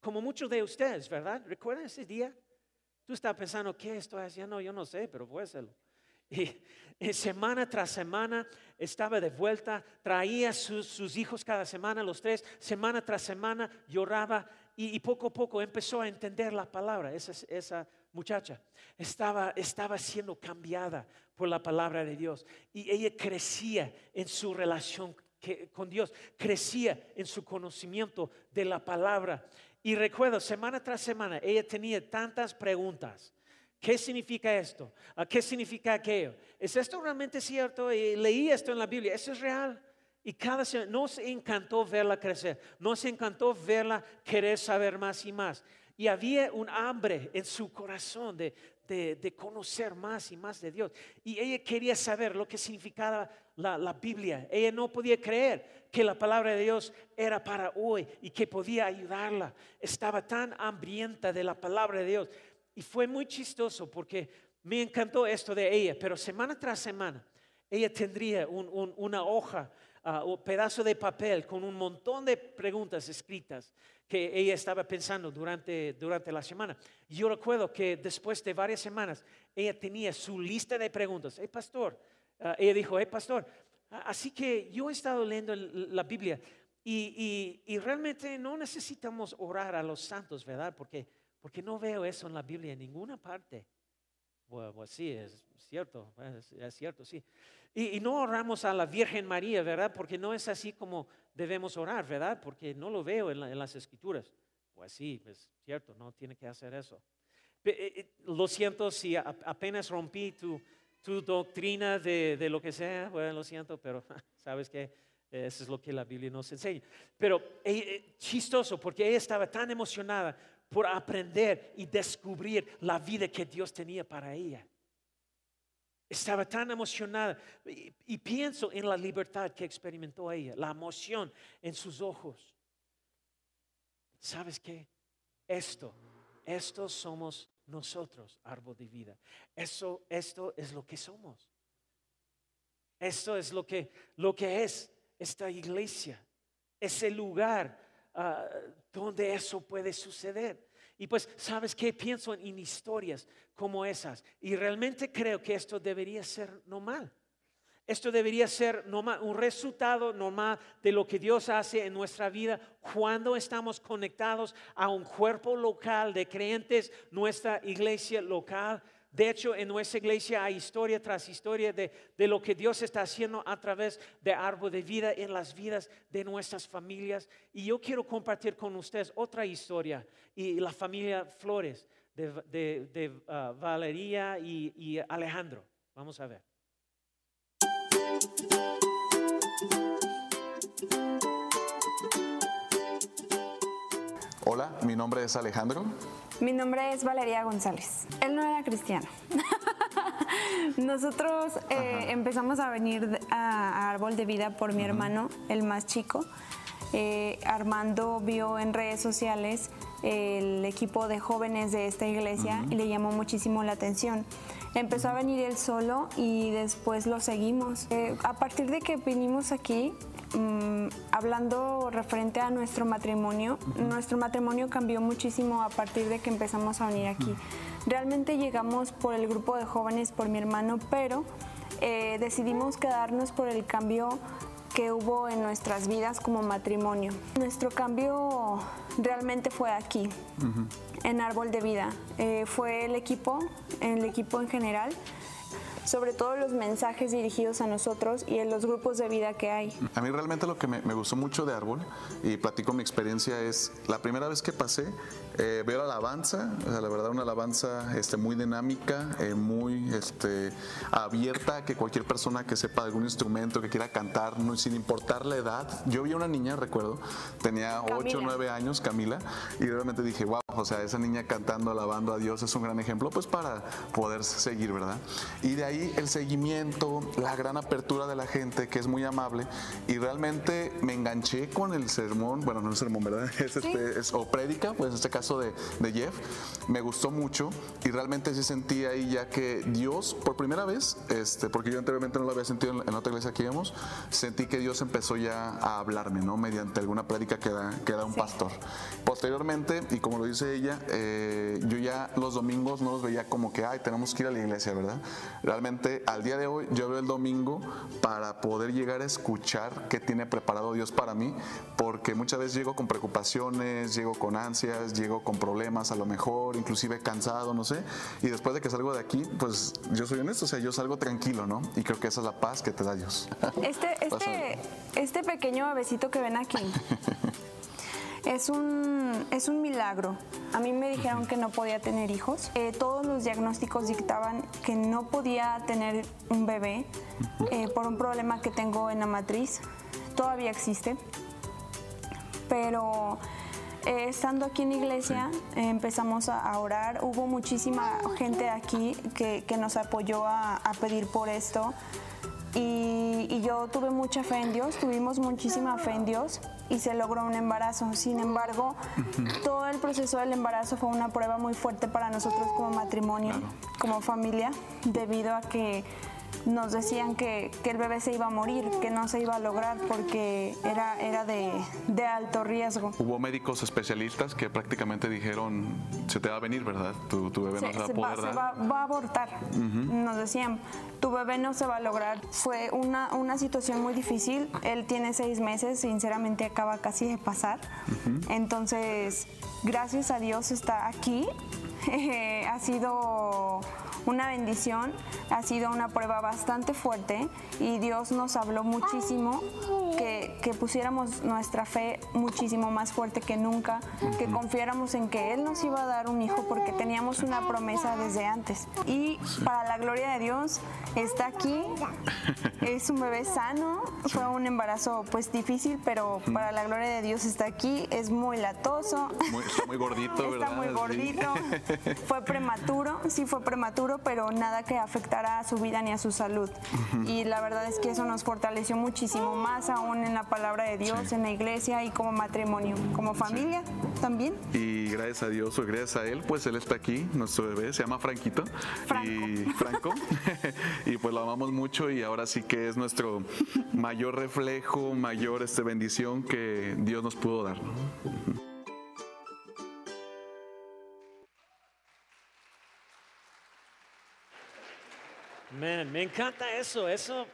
como muchos de ustedes, ¿verdad? ¿Recuerdan ese día? Tú estabas pensando, ¿qué estoy haciendo? Yo no sé, pero voy a hacerlo. Y, y semana tras semana estaba de vuelta, traía sus, sus hijos cada semana, los tres, semana tras semana lloraba y, y poco a poco empezó a entender la palabra. Esa, esa muchacha estaba, estaba siendo cambiada por la palabra de Dios y ella crecía en su relación que, con Dios, crecía en su conocimiento de la palabra. Y recuerdo, semana tras semana, ella tenía tantas preguntas. ¿Qué significa esto? ¿Qué significa aquello? ¿Es esto realmente cierto? Y leí esto en la Biblia. ¿Eso es real? Y cada semana nos encantó verla crecer. Nos encantó verla querer saber más y más. Y había un hambre en su corazón de, de, de conocer más y más de Dios. Y ella quería saber lo que significaba la, la Biblia. Ella no podía creer que la palabra de Dios era para hoy y que podía ayudarla. Estaba tan hambrienta de la palabra de Dios. Y fue muy chistoso porque me encantó esto de ella, pero semana tras semana ella tendría un, un, una hoja, uh, un pedazo de papel con un montón de preguntas escritas que ella estaba pensando durante, durante la semana. Y yo recuerdo que después de varias semanas ella tenía su lista de preguntas. Hey, pastor, uh, ella dijo, hey, pastor, así que yo he estado leyendo la Biblia y, y, y realmente no necesitamos orar a los santos, ¿verdad? Porque Porque no veo eso en la Biblia en ninguna parte. Bueno, pues sí, es cierto, es, es cierto, sí. Y, y no oramos a la Virgen María, ¿verdad? Porque no es así como debemos orar, ¿verdad? Porque no lo veo en, la, en las Escrituras. Pues sí, es cierto, no tiene que hacer eso. Lo siento si apenas rompí tu, tu doctrina de, de lo que sea, bueno, lo siento, pero sabes que eso es lo que la Biblia nos enseña. Pero eh, chistoso, porque ella estaba tan emocionada por aprender y descubrir la vida que Dios tenía para ella. Estaba tan emocionada y, y pienso en la libertad que experimentó ella, la emoción en sus ojos. ¿Sabes qué? Esto, esto somos nosotros, árbol de vida. Eso, esto es lo que somos. Esto es lo que, lo que es esta iglesia, ese lugar Uh, donde eso puede suceder. Y pues, ¿sabes qué? Pienso en, en historias como esas y realmente creo que esto debería ser normal. Esto debería ser normal, un resultado normal de lo que Dios hace en nuestra vida cuando estamos conectados a un cuerpo local de creyentes, nuestra iglesia local. De hecho, en nuestra iglesia hay historia tras historia de, de lo que Dios está haciendo a través de Árbol de Vida en las vidas de nuestras familias. Y yo quiero compartir con ustedes otra historia y la familia Flores de, de, de uh, Valeria y, y Alejandro. Vamos a ver. Hola, mi nombre es Alejandro. Mi nombre es Valeria González. Él no era cristiano. Nosotros eh, empezamos a venir a, a Árbol de Vida por mi uh-huh. hermano, el más chico. Eh, Armando vio en redes sociales el equipo de jóvenes de esta iglesia uh-huh. y le llamó muchísimo la atención. Empezó a venir él solo y después lo seguimos. Eh, a partir de que vinimos aquí, um, hablando referente a nuestro matrimonio, uh-huh. nuestro matrimonio cambió muchísimo a partir de que empezamos a venir aquí. Uh-huh. Realmente llegamos por el grupo de jóvenes, por mi hermano, pero eh, decidimos quedarnos por el cambio que hubo en nuestras vidas como matrimonio. Nuestro cambio realmente fue aquí, uh-huh. en Árbol de Vida. Eh, fue el equipo, el equipo en general, sobre todo los mensajes dirigidos a nosotros y en los grupos de vida que hay. A mí realmente lo que me, me gustó mucho de Árbol, y platico mi experiencia, es la primera vez que pasé, eh, ver la alabanza, o sea, la verdad una alabanza este, muy dinámica, eh, muy este, abierta a que cualquier persona que sepa algún instrumento, que quiera cantar, no, sin importar la edad. Yo vi a una niña, recuerdo, tenía ocho o nueve años, Camila, y realmente dije, wow, o sea, esa niña cantando, alabando a Dios es un gran ejemplo, pues para poder seguir, ¿verdad? Y de ahí el seguimiento, la gran apertura de la gente, que es muy amable, y realmente me enganché con el sermón, bueno, no es sermón, ¿verdad? Es, ¿Sí? este, es, o prédica, pues en este caso caso de, de Jeff, me gustó mucho y realmente sí sentí ahí ya que Dios, por primera vez, este, porque yo anteriormente no lo había sentido en, en otra iglesia que íbamos, sentí que Dios empezó ya a hablarme, ¿no? Mediante alguna prédica que da, que da un sí. pastor. Posteriormente, y como lo dice ella, eh, yo ya los domingos no los veía como que, ay, tenemos que ir a la iglesia, ¿verdad? Realmente, al día de hoy, yo veo el domingo para poder llegar a escuchar qué tiene preparado Dios para mí, porque muchas veces llego con preocupaciones, llego con ansias, llego con problemas a lo mejor, inclusive cansado, no sé, y después de que salgo de aquí, pues yo soy honesto, o sea, yo salgo tranquilo, ¿no? Y creo que esa es la paz que te da Dios. Este, este, este pequeño bebecito que ven aquí es un, es un milagro. A mí me dijeron que no podía tener hijos. Eh, todos los diagnósticos dictaban que no podía tener un bebé eh, por un problema que tengo en la matriz. Todavía existe, pero eh, estando aquí en la iglesia eh, empezamos a, a orar. Hubo muchísima gente aquí que, que nos apoyó a, a pedir por esto. Y, y yo tuve mucha fe en Dios, tuvimos muchísima fe en Dios y se logró un embarazo. Sin embargo, todo el proceso del embarazo fue una prueba muy fuerte para nosotros como matrimonio, claro. como familia, debido a que nos decían que, que el bebé se iba a morir, que no se iba a lograr porque era, era de, de alto riesgo. Hubo médicos especialistas que prácticamente dijeron, se te va a venir, ¿verdad? Tu, tu bebé se, no se va a poder va, dar. Se va, va a abortar. Uh-huh. Nos decían, tu bebé no se va a lograr. Fue una, una situación muy difícil. Él tiene seis meses, sinceramente acaba casi de pasar. Uh-huh. Entonces, gracias a Dios está aquí. Eh, ha sido una bendición, ha sido una prueba bastante fuerte y Dios nos habló muchísimo, que, que pusiéramos nuestra fe muchísimo más fuerte que nunca, que confiáramos en que Él nos iba a dar un hijo porque teníamos una promesa desde antes. Y para la gloria de Dios está aquí, es un bebé sano, fue un embarazo pues difícil, pero para la gloria de Dios está aquí, es muy latoso. Muy, está muy gordito, ¿verdad? Está muy gordito, sí. Fue prematuro, sí fue prematuro, pero nada que afectara a su vida ni a su salud. Uh-huh. Y la verdad es que eso nos fortaleció muchísimo más aún en la palabra de Dios, sí. en la iglesia y como matrimonio, como familia sí. también. Y gracias a Dios o gracias a Él, pues Él está aquí, nuestro bebé, se llama Franquito. Franco. Y Franco. Y pues lo amamos mucho y ahora sí que es nuestro mayor reflejo, mayor este, bendición que Dios nos pudo dar, ¿no? Uh-huh. Man, me encanta eso, eso,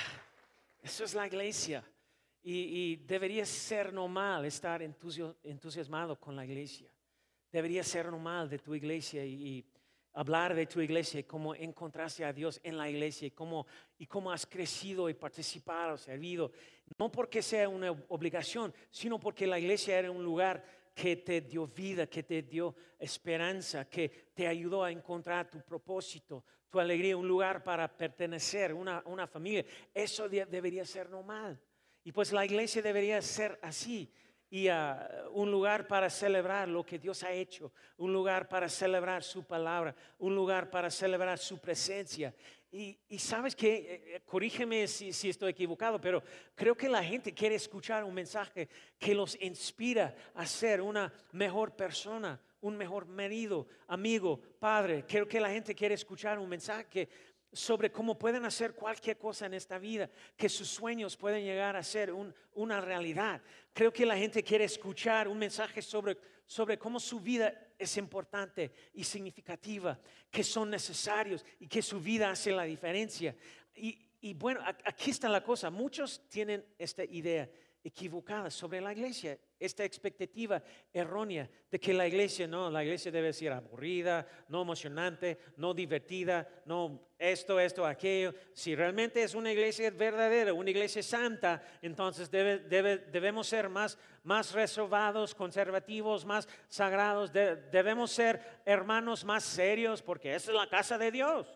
eso es la iglesia y, y debería ser normal estar entusi- entusiasmado con la iglesia, debería ser normal de tu iglesia y, y hablar de tu iglesia y cómo encontraste a Dios en la iglesia y cómo, y cómo has crecido y participado, servido, no porque sea una obligación, sino porque la iglesia era un lugar que te dio vida, que te dio esperanza, que te ayudó a encontrar tu propósito, tu alegría, un lugar para pertenecer, una, una familia. Eso de, debería ser normal. Y pues la iglesia debería ser así. Y uh, un lugar para celebrar lo que Dios ha hecho, un lugar para celebrar su palabra, un lugar para celebrar su presencia. Y, y sabes que, eh, corrígeme si, si estoy equivocado, pero creo que la gente quiere escuchar un mensaje que los inspira a ser una mejor persona, un mejor marido, amigo, padre. Creo que la gente quiere escuchar un mensaje sobre cómo pueden hacer cualquier cosa en esta vida, que sus sueños pueden llegar a ser un, una realidad. Creo que la gente quiere escuchar un mensaje sobre, sobre cómo su vida es importante y significativa, que son necesarios y que su vida hace la diferencia. Y, y bueno, aquí está la cosa. Muchos tienen esta idea equivocada sobre la iglesia, esta expectativa errónea de que la iglesia, no, la iglesia debe ser aburrida, no emocionante, no divertida, no esto, esto, aquello. Si realmente es una iglesia verdadera, una iglesia santa, entonces debe, debe, debemos ser más, más reservados, conservativos, más sagrados, de, debemos ser hermanos más serios, porque esa es la casa de Dios.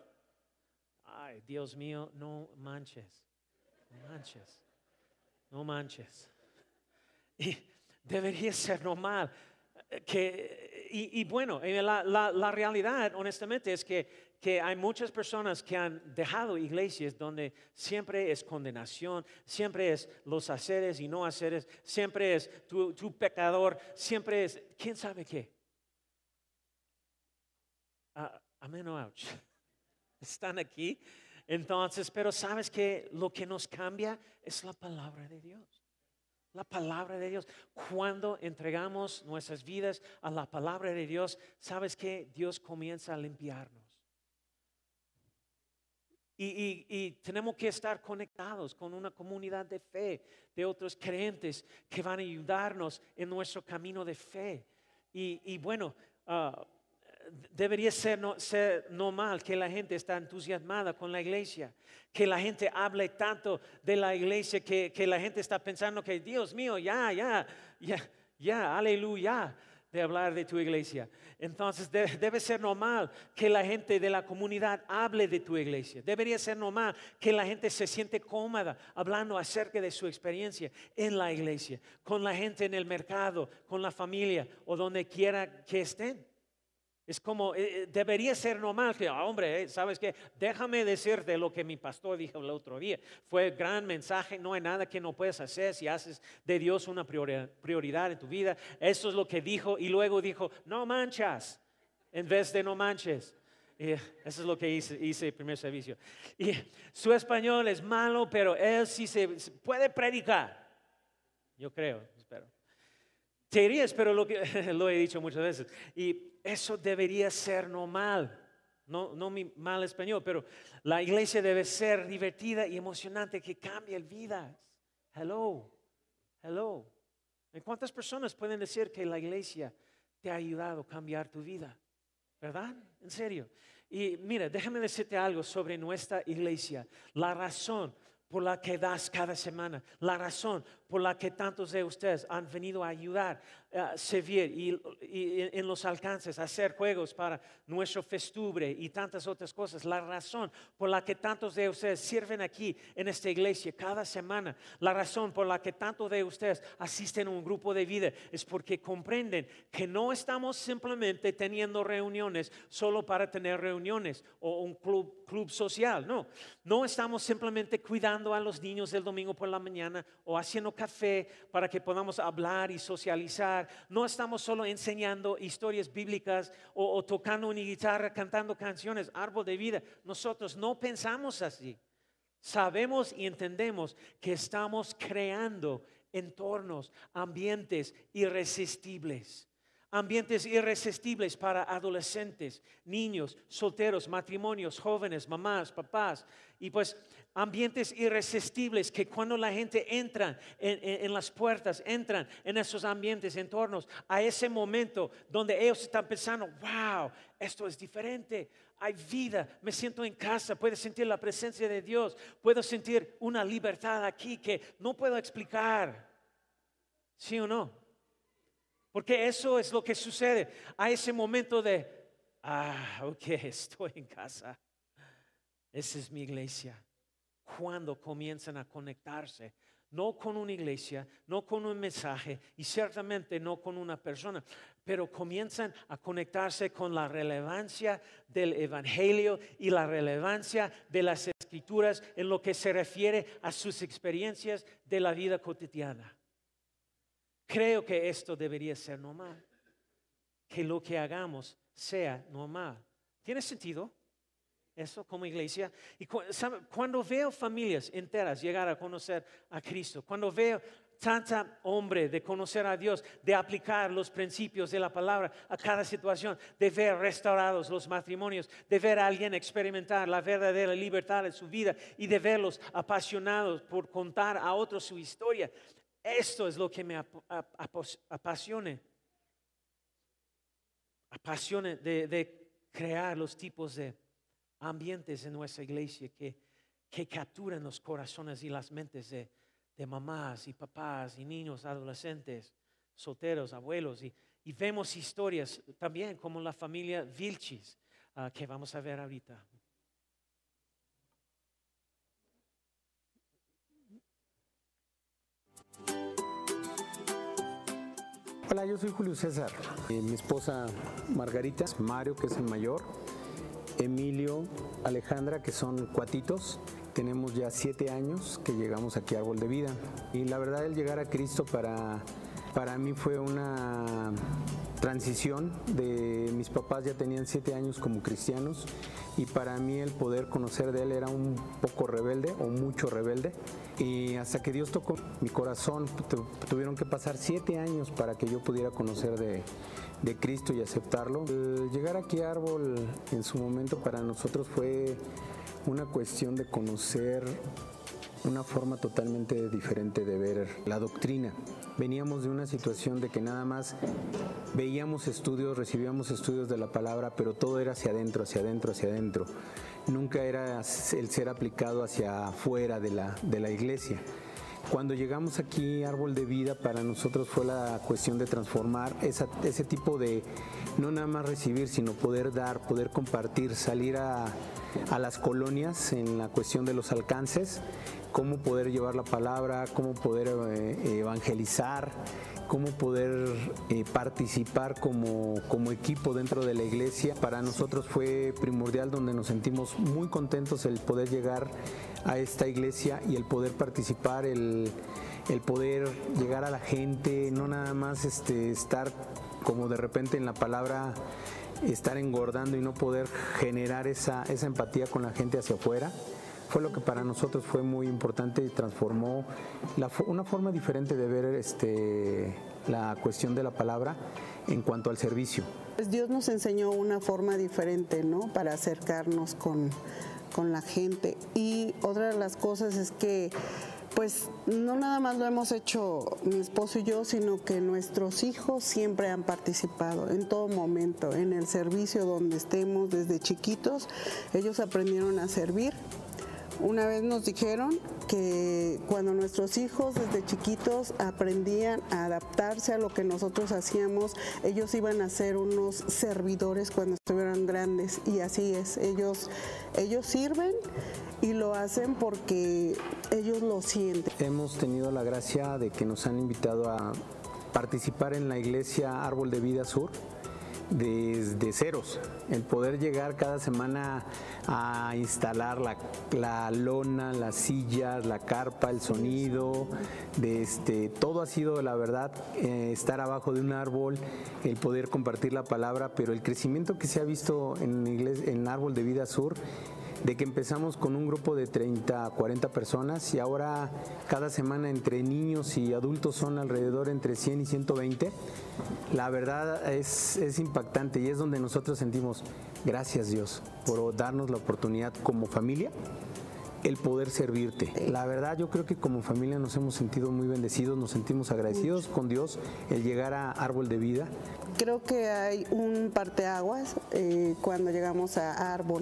Ay, Dios mío, no manches, no manches. No manches. Y debería ser normal. Que, y, y bueno, la, la, la realidad, honestamente, es que, que hay muchas personas que han dejado iglesias donde siempre es condenación, siempre es los haceres y no haceres, siempre es tu, tu pecador, siempre es quién sabe qué. Uh, amén o ouch. Están aquí. Entonces, pero sabes que lo que nos cambia es la palabra de Dios. La palabra de Dios. Cuando entregamos nuestras vidas a la palabra de Dios, sabes que Dios comienza a limpiarnos. Y, y, y tenemos que estar conectados con una comunidad de fe, de otros creyentes que van a ayudarnos en nuestro camino de fe. Y, y bueno, uh, debería ser, no, ser normal que la gente está entusiasmada con la iglesia, que la gente hable tanto de la iglesia, que, que la gente está pensando que Dios mío, ya, ya, ya, ya, aleluya, de hablar de tu iglesia. Entonces de, debe ser normal que la gente de la comunidad hable de tu iglesia. Debería ser normal que la gente se siente cómoda hablando acerca de su experiencia en la iglesia, con la gente en el mercado, con la familia o donde quiera que estén. Es como, eh, debería ser normal que, oh, hombre, eh, ¿sabes qué? Déjame decirte lo que mi pastor dijo el otro día. Fue gran mensaje, no hay nada que no puedes hacer si haces de Dios una prioridad en tu vida. Eso es lo que dijo y luego dijo, no manchas, en vez de no manches. Y eso es lo que hice, hice el primer servicio. Y su español es malo, pero él sí se, se puede predicar. Yo creo, espero. Te ríes, pero lo, que, lo he dicho muchas veces. Y eso debería ser normal. No, no mi mal español, pero la iglesia debe ser divertida y emocionante, que cambie vidas. Hello, hello. ¿En cuántas personas pueden decir que la iglesia te ha ayudado a cambiar tu vida? ¿Verdad? En serio. Y mira, déjame decirte algo sobre nuestra iglesia. La razón por la que das cada semana, la razón por la que tantos de ustedes han venido a ayudar a uh, servir y, y en los alcances, a hacer juegos para nuestro festubre y tantas otras cosas. La razón por la que tantos de ustedes sirven aquí en esta iglesia cada semana, la razón por la que tantos de ustedes asisten a un grupo de vida es porque comprenden que no estamos simplemente teniendo reuniones solo para tener reuniones o un club, club social. No, no estamos simplemente cuidando a los niños el domingo por la mañana o haciendo café para que podamos hablar y socializar. No estamos solo enseñando historias bíblicas o, o tocando una guitarra, cantando canciones, árbol de vida. Nosotros no pensamos así. Sabemos y entendemos que estamos creando entornos, ambientes irresistibles. Ambientes irresistibles para adolescentes, niños, solteros, matrimonios, jóvenes, mamás, papás. Y pues ambientes irresistibles que cuando la gente entra en, en, en las puertas, entran en esos ambientes, entornos, a ese momento donde ellos están pensando, wow, esto es diferente. Hay vida, me siento en casa, puedo sentir la presencia de Dios, puedo sentir una libertad aquí que no puedo explicar. ¿Sí o no? Porque eso es lo que sucede a ese momento de, ah, ok, estoy en casa. Esa es mi iglesia. Cuando comienzan a conectarse, no con una iglesia, no con un mensaje y ciertamente no con una persona, pero comienzan a conectarse con la relevancia del evangelio y la relevancia de las escrituras en lo que se refiere a sus experiencias de la vida cotidiana. Creo que esto debería ser normal, que lo que hagamos sea normal. ¿Tiene sentido eso como iglesia? Y ¿sabe? Cuando veo familias enteras llegar a conocer a Cristo, cuando veo tanta hambre de conocer a Dios, de aplicar los principios de la palabra a cada situación, de ver restaurados los matrimonios, de ver a alguien experimentar la verdadera libertad en su vida y de verlos apasionados por contar a otros su historia. Esto es lo que me ap ap apasiona, apasiona de, de crear los tipos de ambientes en nuestra iglesia que, que capturan los corazones y las mentes de, de mamás y papás y niños, adolescentes, solteros, abuelos. Y, y vemos historias también como la familia Vilchis, uh, que vamos a ver ahorita. Hola, yo soy Julio César. Eh, mi esposa Margarita, Mario, que es el mayor, Emilio, Alejandra, que son cuatitos. Tenemos ya siete años que llegamos aquí a Árbol de Vida. Y la verdad, el llegar a Cristo para, para mí fue una, transición de mis papás, ya tenían siete años como cristianos, y para mí el poder conocer de él era un poco rebelde o mucho rebelde, y hasta que Dios tocó mi corazón, tuvieron que pasar siete años para que yo pudiera conocer de, de Cristo y aceptarlo. El llegar aquí a Árbol en su momento para nosotros fue una cuestión de conocer una forma totalmente diferente de ver la doctrina. Veníamos de una situación de que nada más veíamos estudios, recibíamos estudios de la palabra, pero todo era hacia adentro, hacia adentro, hacia adentro. Nunca era el ser aplicado hacia afuera de la, de la iglesia. Cuando llegamos aquí, Árbol de Vida, para nosotros fue la cuestión de transformar esa, ese tipo de, no nada más recibir, sino poder dar, poder compartir, salir a, a las colonias en la cuestión de los alcances, cómo poder llevar la palabra, cómo poder eh, evangelizar, cómo poder eh, participar como, como equipo dentro de la iglesia. Para nosotros fue primordial, donde nos sentimos muy contentos el poder llegar a esta iglesia y el poder participar, el, el poder llegar a la gente, no nada más este, estar como de repente en la palabra, estar engordando y no poder generar esa, esa empatía con la gente hacia afuera. Fue lo que para nosotros fue muy importante y transformó la, una forma diferente de ver este, la cuestión de la palabra en cuanto al servicio. Pues Dios nos enseñó una forma diferente, ¿no?, para acercarnos con, con la gente. Y otra de las cosas es que pues no nada más lo hemos hecho mi esposo y yo, sino que nuestros hijos siempre han participado en todo momento, en el servicio donde estemos desde chiquitos. Ellos aprendieron a servir. Una vez nos dijeron que cuando nuestros hijos desde chiquitos aprendían a adaptarse a lo que nosotros hacíamos, ellos iban a ser unos servidores cuando estuvieran grandes, y así es, ellos, ellos sirven y lo hacen porque ellos lo sienten. Hemos tenido la gracia de que nos han invitado a participar en la iglesia Árbol de Vida Sur desde ceros, el poder llegar cada semana a instalar la, la lona, las sillas, la carpa, el sonido, de este, todo ha sido, la verdad, eh, estar abajo de un árbol, el poder compartir la palabra, pero el crecimiento que se ha visto en, iglesia, en Árbol de Vida Sur, de que empezamos con un grupo de treinta a cuarenta personas y ahora cada semana entre niños y adultos son alrededor entre cien y ciento veinte, la verdad es, es impactante, y es donde nosotros sentimos, gracias Dios por darnos la oportunidad como familia, el poder servirte. La verdad yo creo que como familia nos hemos sentido muy bendecidos, nos sentimos agradecidos con Dios el llegar a Árbol de Vida. Creo que hay un parteaguas eh, cuando llegamos a Árbol,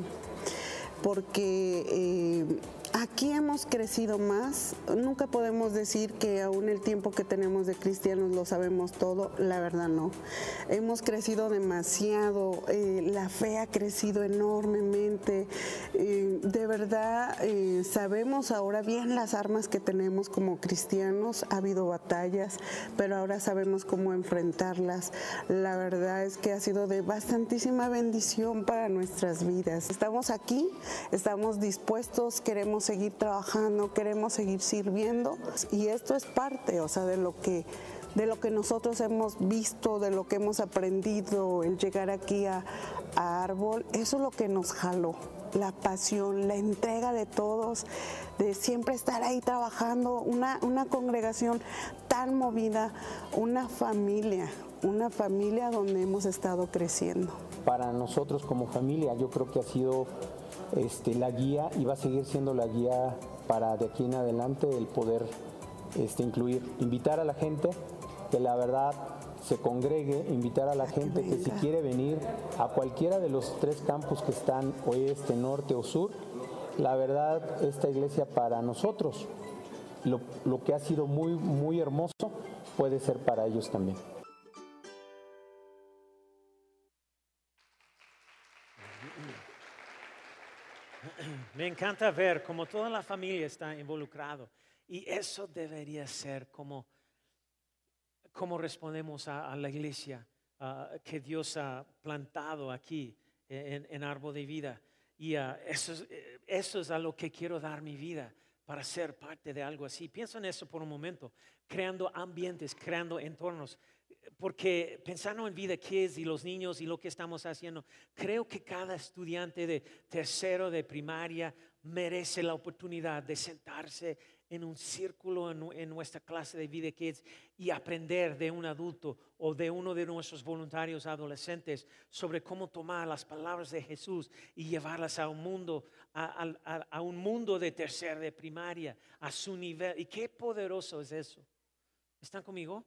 porque eh, aquí hemos crecido más. Nunca podemos decir que aún el tiempo que tenemos de cristianos lo sabemos todo, la verdad no. Hemos crecido demasiado, eh, la fe ha crecido enormemente, eh, de verdad eh, sabemos ahora bien las armas que tenemos como cristianos. Ha habido batallas, pero ahora sabemos cómo enfrentarlas. La verdad es que ha sido de bastantísima bendición para nuestras vidas. Estamos aquí, estamos dispuestos, queremos seguir trabajando, queremos seguir sirviendo, y esto es parte, o sea, de lo que de lo que nosotros hemos visto, de lo que hemos aprendido, el llegar aquí a, a Árbol. Eso es lo que nos jaló, la pasión, la entrega de todos, de siempre estar ahí trabajando, una, una congregación tan movida, una familia, una familia donde hemos estado creciendo. Para nosotros como familia, yo creo que ha sido Este, la guía, y va a seguir siendo la guía para de aquí en adelante, el poder este, incluir, invitar a la gente que la verdad se congregue, invitar a la gente que si quiere venir a cualquiera de los tres campus que están, oeste, norte o sur, la verdad esta iglesia para nosotros, lo, lo que ha sido muy, muy hermoso, puede ser para ellos también. Me encanta ver cómo toda la familia está involucrada, y eso debería ser como, como respondemos a, a la iglesia uh, que Dios ha plantado aquí en, en Árbol de Vida. Y uh, eso, es, eso es a lo que quiero dar mi vida, para ser parte de algo así. Piensa en eso por un momento, creando ambientes, creando entornos. porque pensando en Vida Kids y los niños y lo que estamos haciendo, creo que cada estudiante de tercero de primaria merece la oportunidad de sentarse en un círculo en, en nuestra clase de Vida Kids y aprender de un adulto o de uno de nuestros voluntarios adolescentes sobre cómo tomar las palabras de Jesús y llevarlas a un mundo, a, a, a un mundo de tercero de primaria, a su nivel. Y qué poderoso es eso. ¿Están conmigo?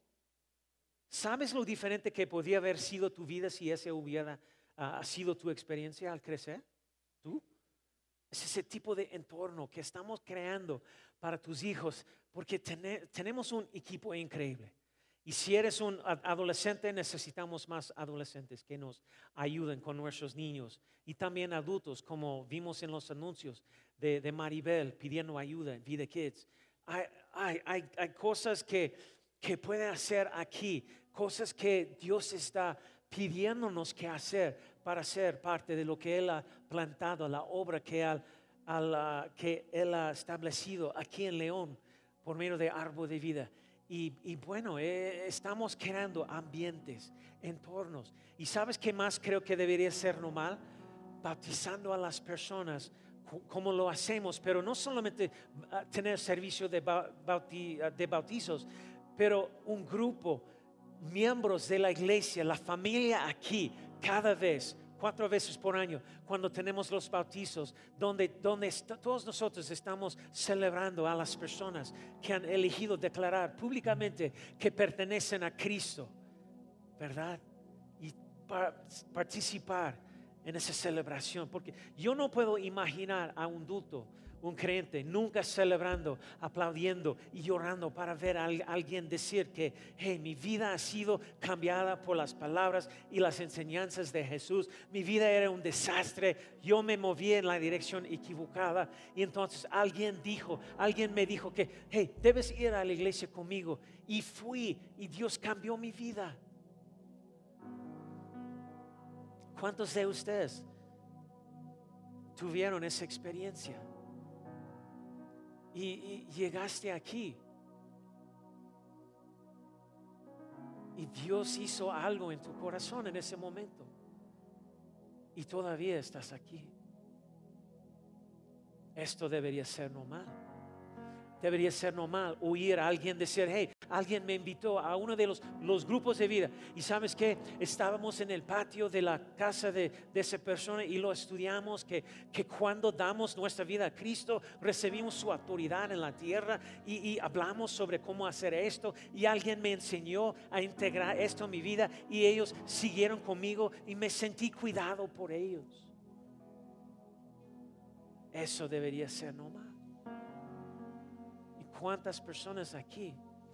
¿Sabes lo diferente que podía haber sido tu vida si esa hubiera uh, sido tu experiencia al crecer? ¿Tú? Es ese tipo de entorno que estamos creando para tus hijos, porque ten, tenemos un equipo increíble. Y si eres un adolescente, necesitamos más adolescentes que nos ayuden con nuestros niños. Y también adultos, como vimos en los anuncios de, de Maribel pidiendo ayuda en Vida Kids. Hay, hay, hay, hay cosas que, que puede hacer aquí, cosas que Dios está pidiéndonos que hacer para ser parte de lo que Él ha plantado, la obra que, al, al, que Él ha establecido aquí en León por medio de Árbol de Vida. Y, y bueno, eh, estamos creando ambientes, entornos. ¿Y sabes qué más creo que debería ser normal? Bautizando a las personas como lo hacemos, pero no solamente tener servicio de, bauti, de bautizos, pero un grupo, miembros de la iglesia, la familia aquí, cada vez, cuatro veces por año, cuando tenemos los bautizos, donde, donde está, todos nosotros estamos celebrando a las personas que han elegido declarar públicamente que pertenecen a Cristo, ¿verdad? Y para participar en esa celebración, porque yo no puedo imaginar a un adulto, un creyente, nunca celebrando, aplaudiendo y llorando para ver a alguien decir que, hey, mi vida ha sido cambiada por las palabras y las enseñanzas de Jesús. Mi vida era un desastre, yo me moví en la dirección equivocada y entonces alguien dijo, alguien me dijo que, hey, debes ir a la iglesia conmigo. Y fui y Dios cambió mi vida. ¿Cuántos de ustedes tuvieron esa experiencia? Y, y llegaste aquí y Dios hizo algo en tu corazón en ese momento y todavía estás aquí. Esto debería ser normal. Debería ser normal oír a alguien decir, hey, alguien me invitó a uno de los, los grupos de vida. Y sabes que estábamos en el patio de la casa de, de esa persona y lo estudiamos, que, que cuando damos nuestra vida a Cristo, recibimos su autoridad en la tierra y, y hablamos sobre cómo hacer esto. Y alguien me enseñó a integrar esto en mi vida y ellos siguieron conmigo y me sentí cuidado por ellos. Eso debería ser normal. ¿Cuántas personas aquí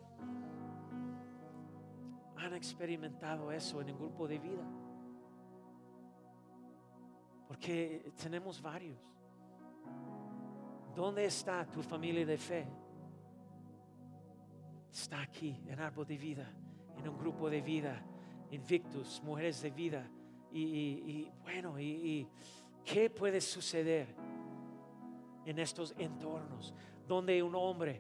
han experimentado eso en el grupo de vida? Porque tenemos varios. ¿Dónde está tu familia de fe? Está aquí, en Árbol de Vida, en un grupo de vida, Invictus, Mujeres de Vida. Y, y, y bueno, y, y ¿qué puede suceder en estos entornos donde un hombre,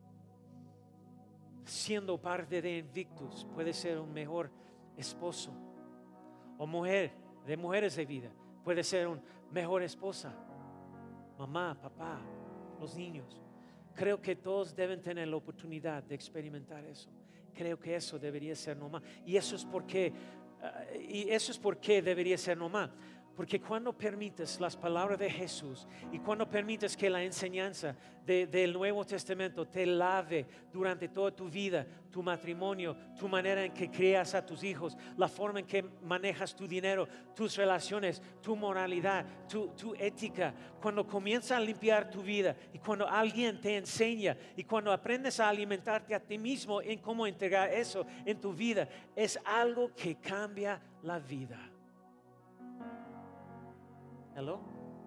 siendo parte de Invictus, puede ser un mejor esposo, o mujer de Mujeres de Vida puede ser una mejor esposa, mamá, papá, los niños? Creo que todos deben tener la oportunidad de experimentar eso. Creo que eso debería ser normal. Y eso es porque, uh, y eso es porque debería ser normal. Porque cuando permites las palabras de Jesús y cuando permites que la enseñanza de, del Nuevo Testamento te lave durante toda tu vida, tu matrimonio, tu manera en que crías a tus hijos, la forma en que manejas tu dinero, tus relaciones, tu moralidad, tu, tu ética, cuando comienza a limpiar tu vida y cuando alguien te enseña y cuando aprendes a alimentarte a ti mismo en cómo integrar eso en tu vida, es algo que cambia la vida. Hello?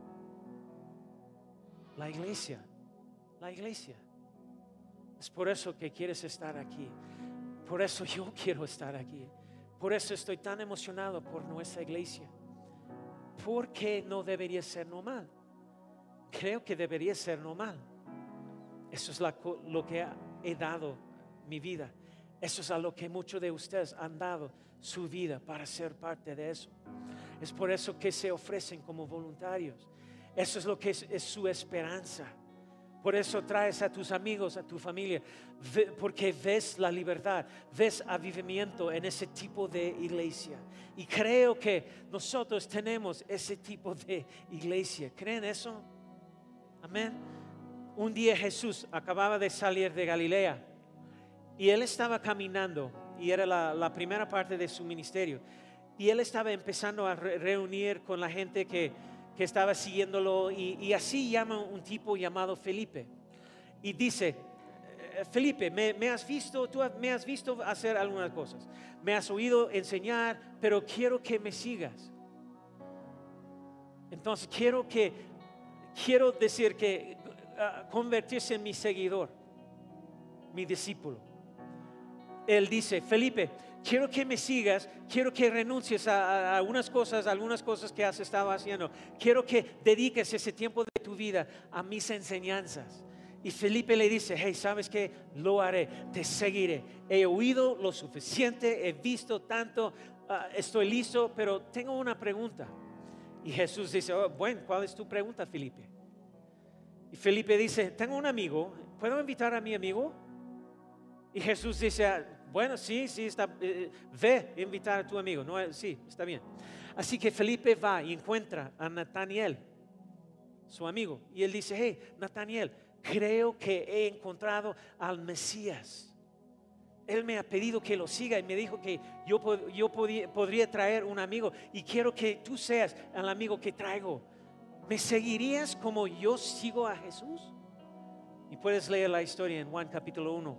La iglesia, la iglesia. Es por eso que quieres estar aquí. Por eso yo quiero estar aquí. Por eso estoy tan emocionado por nuestra iglesia. ¿Por qué no debería ser normal? Creo que debería ser normal. Eso es la, lo que he dado mi vida. Eso es a lo que muchos de ustedes han dado su vida para ser parte de eso. Es por eso que se ofrecen como voluntarios. Eso es lo que es, es su esperanza. Por eso traes a tus amigos, a tu familia, porque ves la libertad, ves avivamiento en ese tipo de iglesia. Y creo que nosotros tenemos ese tipo de iglesia. ¿Creen eso? Amén. Un día Jesús acababa de salir de Galilea y él estaba caminando y era la, la primera parte de su ministerio. Y él estaba empezando a re- reunir con la gente que, que estaba siguiéndolo y, y así llama un tipo llamado Felipe. Y dice, Felipe, me, me has visto, tú me has visto hacer algunas cosas. Me has oído enseñar, pero quiero que me sigas. Entonces quiero que, quiero decir que uh, convertirse en mi seguidor, mi discípulo. Él dice, Felipe, quiero que me sigas, quiero que renuncies a, a algunas cosas, algunas cosas que has estado haciendo. Quiero que dediques ese tiempo de tu vida a mis enseñanzas. Y Felipe le dice, hey, ¿sabes qué? Lo haré, te seguiré. He oído lo suficiente, he visto tanto, uh, estoy listo, pero tengo una pregunta. Y Jesús dice, oh, bueno, ¿cuál es tu pregunta, Felipe? Y Felipe dice, tengo un amigo, ¿puedo invitar a mi amigo? Y Jesús dice, bueno, sí, sí, está, eh, ve, invitar a tu amigo. No, sí, está bien. Así que Felipe va y encuentra a Nataniel, su amigo. Y él dice, hey, Nataniel, creo que he encontrado al Mesías. Él me ha pedido que lo siga y me dijo que yo, yo podía, podría traer un amigo y quiero que tú seas el amigo que traigo. ¿Me seguirías como yo sigo a Jesús? Y puedes leer la historia en Juan capítulo uno.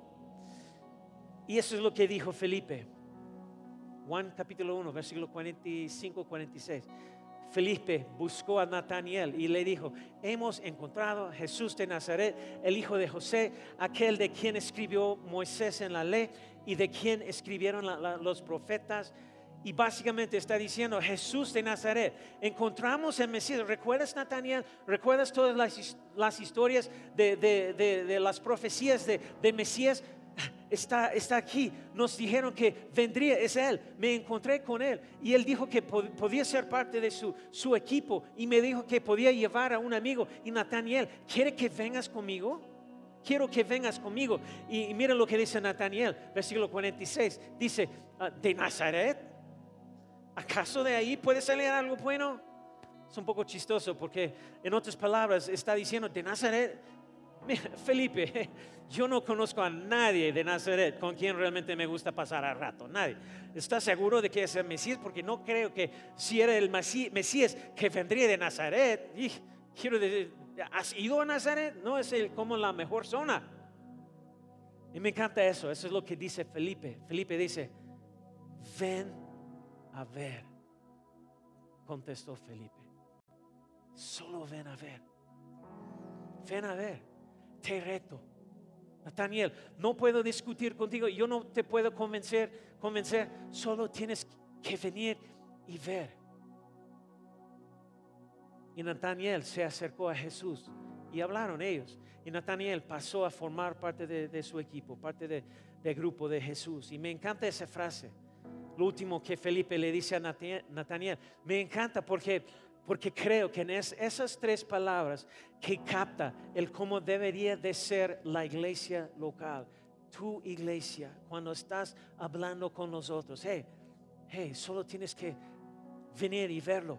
Y eso es lo que dijo Felipe. Juan capítulo uno, versículo cuarenta y cinco, cuarenta y seis. Felipe buscó a Nataniel y le dijo, hemos encontrado a Jesús de Nazaret, el hijo de José, aquel de quien escribió Moisés en la ley y de quien escribieron la, la, los profetas. Y básicamente está diciendo, Jesús de Nazaret, encontramos el Mesías. ¿Recuerdas, Nataniel? ¿Recuerdas todas las, las historias de, de, de, de las profecías de, de Mesías? Está, está aquí, nos dijeron que vendría, es Él, me encontré con Él y Él dijo que pod- podía ser parte de su, su equipo y me dijo que podía llevar a un amigo. Y Nataniel, ¿quiere que vengas conmigo? Quiero que vengas conmigo. Y, y mira lo que dice Nataniel, versículo cuarenta y seis, dice, ¿de Nazaret? ¿Acaso de ahí puede salir algo bueno? Es un poco chistoso porque en otras palabras está diciendo, ¿de Nazaret? Mira, Felipe, yo no conozco a nadie de Nazaret con quien realmente me gusta pasar a rato, nadie. ¿Estás seguro de que es el Mesías? Porque no creo que si era el Mesías que vendría de Nazaret, y quiero decir, ¿has ido a Nazaret? No es el, como la mejor zona. Y me encanta eso, eso es lo que dice Felipe. Felipe dice, ven a ver, contestó Felipe. Solo ven a ver, ven a ver. Te reto, Nataniel, no puedo discutir contigo, yo no te puedo convencer, convencer, solo tienes que venir y ver. Y Nataniel se acercó a Jesús y hablaron ellos. Y Nataniel pasó a formar parte de, de su equipo, parte de, del grupo de Jesús. Y me encanta esa frase, lo último que Felipe le dice a Nataniel, me encanta porque... Porque creo que en es, esas tres palabras que capta el cómo debería de ser la iglesia local, tu iglesia, cuando estás hablando con los otros, hey, hey, solo tienes que venir y verlo.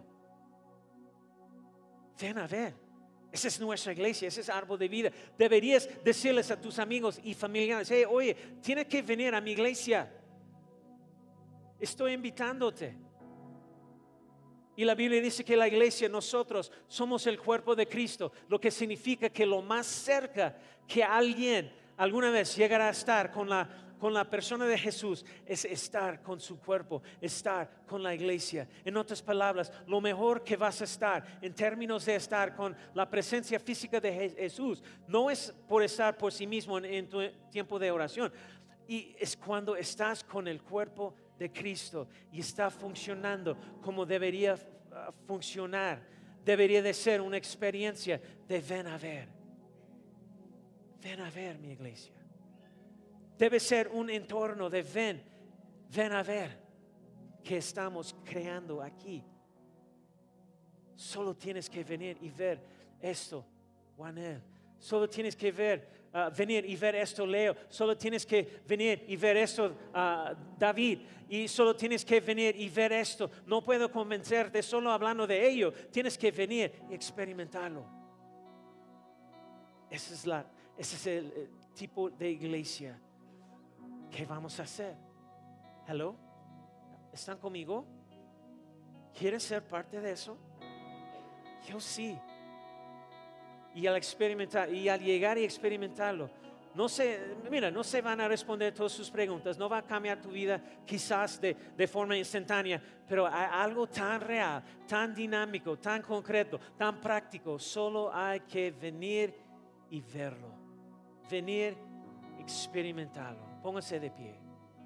Ven a ver. Esa es nuestra iglesia, ese es árbol de vida. Deberías decirles a tus amigos y familiares, hey, oye, tienes que venir a mi iglesia. Estoy invitándote. Y la Biblia dice que la iglesia, nosotros somos el cuerpo de Cristo, lo que significa que lo más cerca que alguien alguna vez llegará a estar con la, con la persona de Jesús es estar con su cuerpo, estar con la iglesia. En otras palabras, lo mejor que vas a estar en términos de estar con la presencia física de Jesús no es por estar por sí mismo en, en tu tiempo de oración, y es cuando estás con el cuerpo de Cristo y está funcionando como debería uh, funcionar. Debería de ser una experiencia de ven a ver. Ven a ver mi iglesia. Debe ser un entorno de ven, ven a ver qué estamos creando aquí. Solo tienes que venir y ver esto, Juanel. Solo tienes que ver, uh, venir y ver esto, Leo. Solo tienes que venir y ver esto, uh, David. Y solo tienes que venir y ver esto. No puedo convencerte solo hablando de ello. Tienes que venir y experimentarlo. Ese es, la, ese es el, el tipo de iglesia que vamos a hacer. Hello, ¿están conmigo? ¿Quieren ser parte de eso? Yo sí. Y al experimentar, y al llegar y experimentarlo, no se, mira, no se van a responder todas sus preguntas, no va a cambiar tu vida quizás de, de forma instantánea, pero hay algo tan real, tan dinámico, tan concreto, tan práctico, solo hay que venir y verlo, venir y experimentarlo. Pónganse de pie.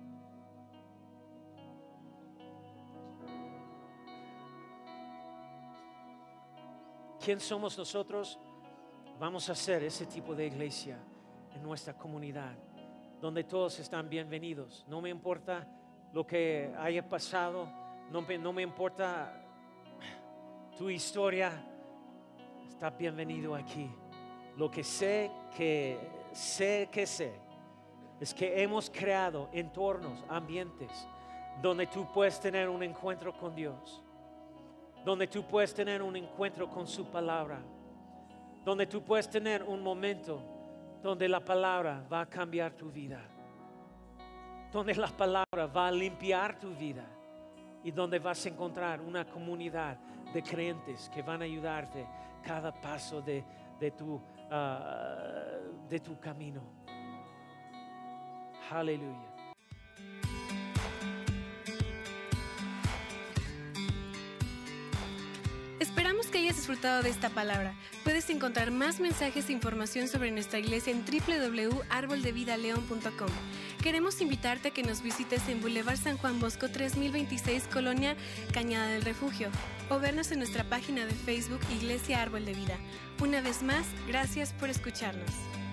¿Quién somos nosotros? Vamos a hacer ese tipo de iglesia en nuestra comunidad, donde todos están bienvenidos. No me importa lo que haya pasado, no me, no me importa tu historia, estás bienvenido aquí. Lo que sé que sé que sé es que hemos creado entornos, ambientes, donde tú puedes tener un encuentro con Dios, donde tú puedes tener un encuentro con su palabra, donde tú puedes tener un momento donde la palabra va a cambiar tu vida, donde la palabra va a limpiar tu vida y donde vas a encontrar una comunidad de creyentes que van a ayudarte cada paso de, de, tu, uh, de tu camino. Aleluya. Esperamos que hayas disfrutado de esta palabra. Puedes encontrar más mensajes e información sobre nuestra iglesia en doble u doble u doble u punto árbol de vida león punto com. Queremos invitarte a que nos visites en Boulevard San Juan Bosco tres mil veintiséis, Colonia Cañada del Refugio, o vernos en nuestra página de Facebook Iglesia Árbol de Vida. Una vez más, gracias por escucharnos.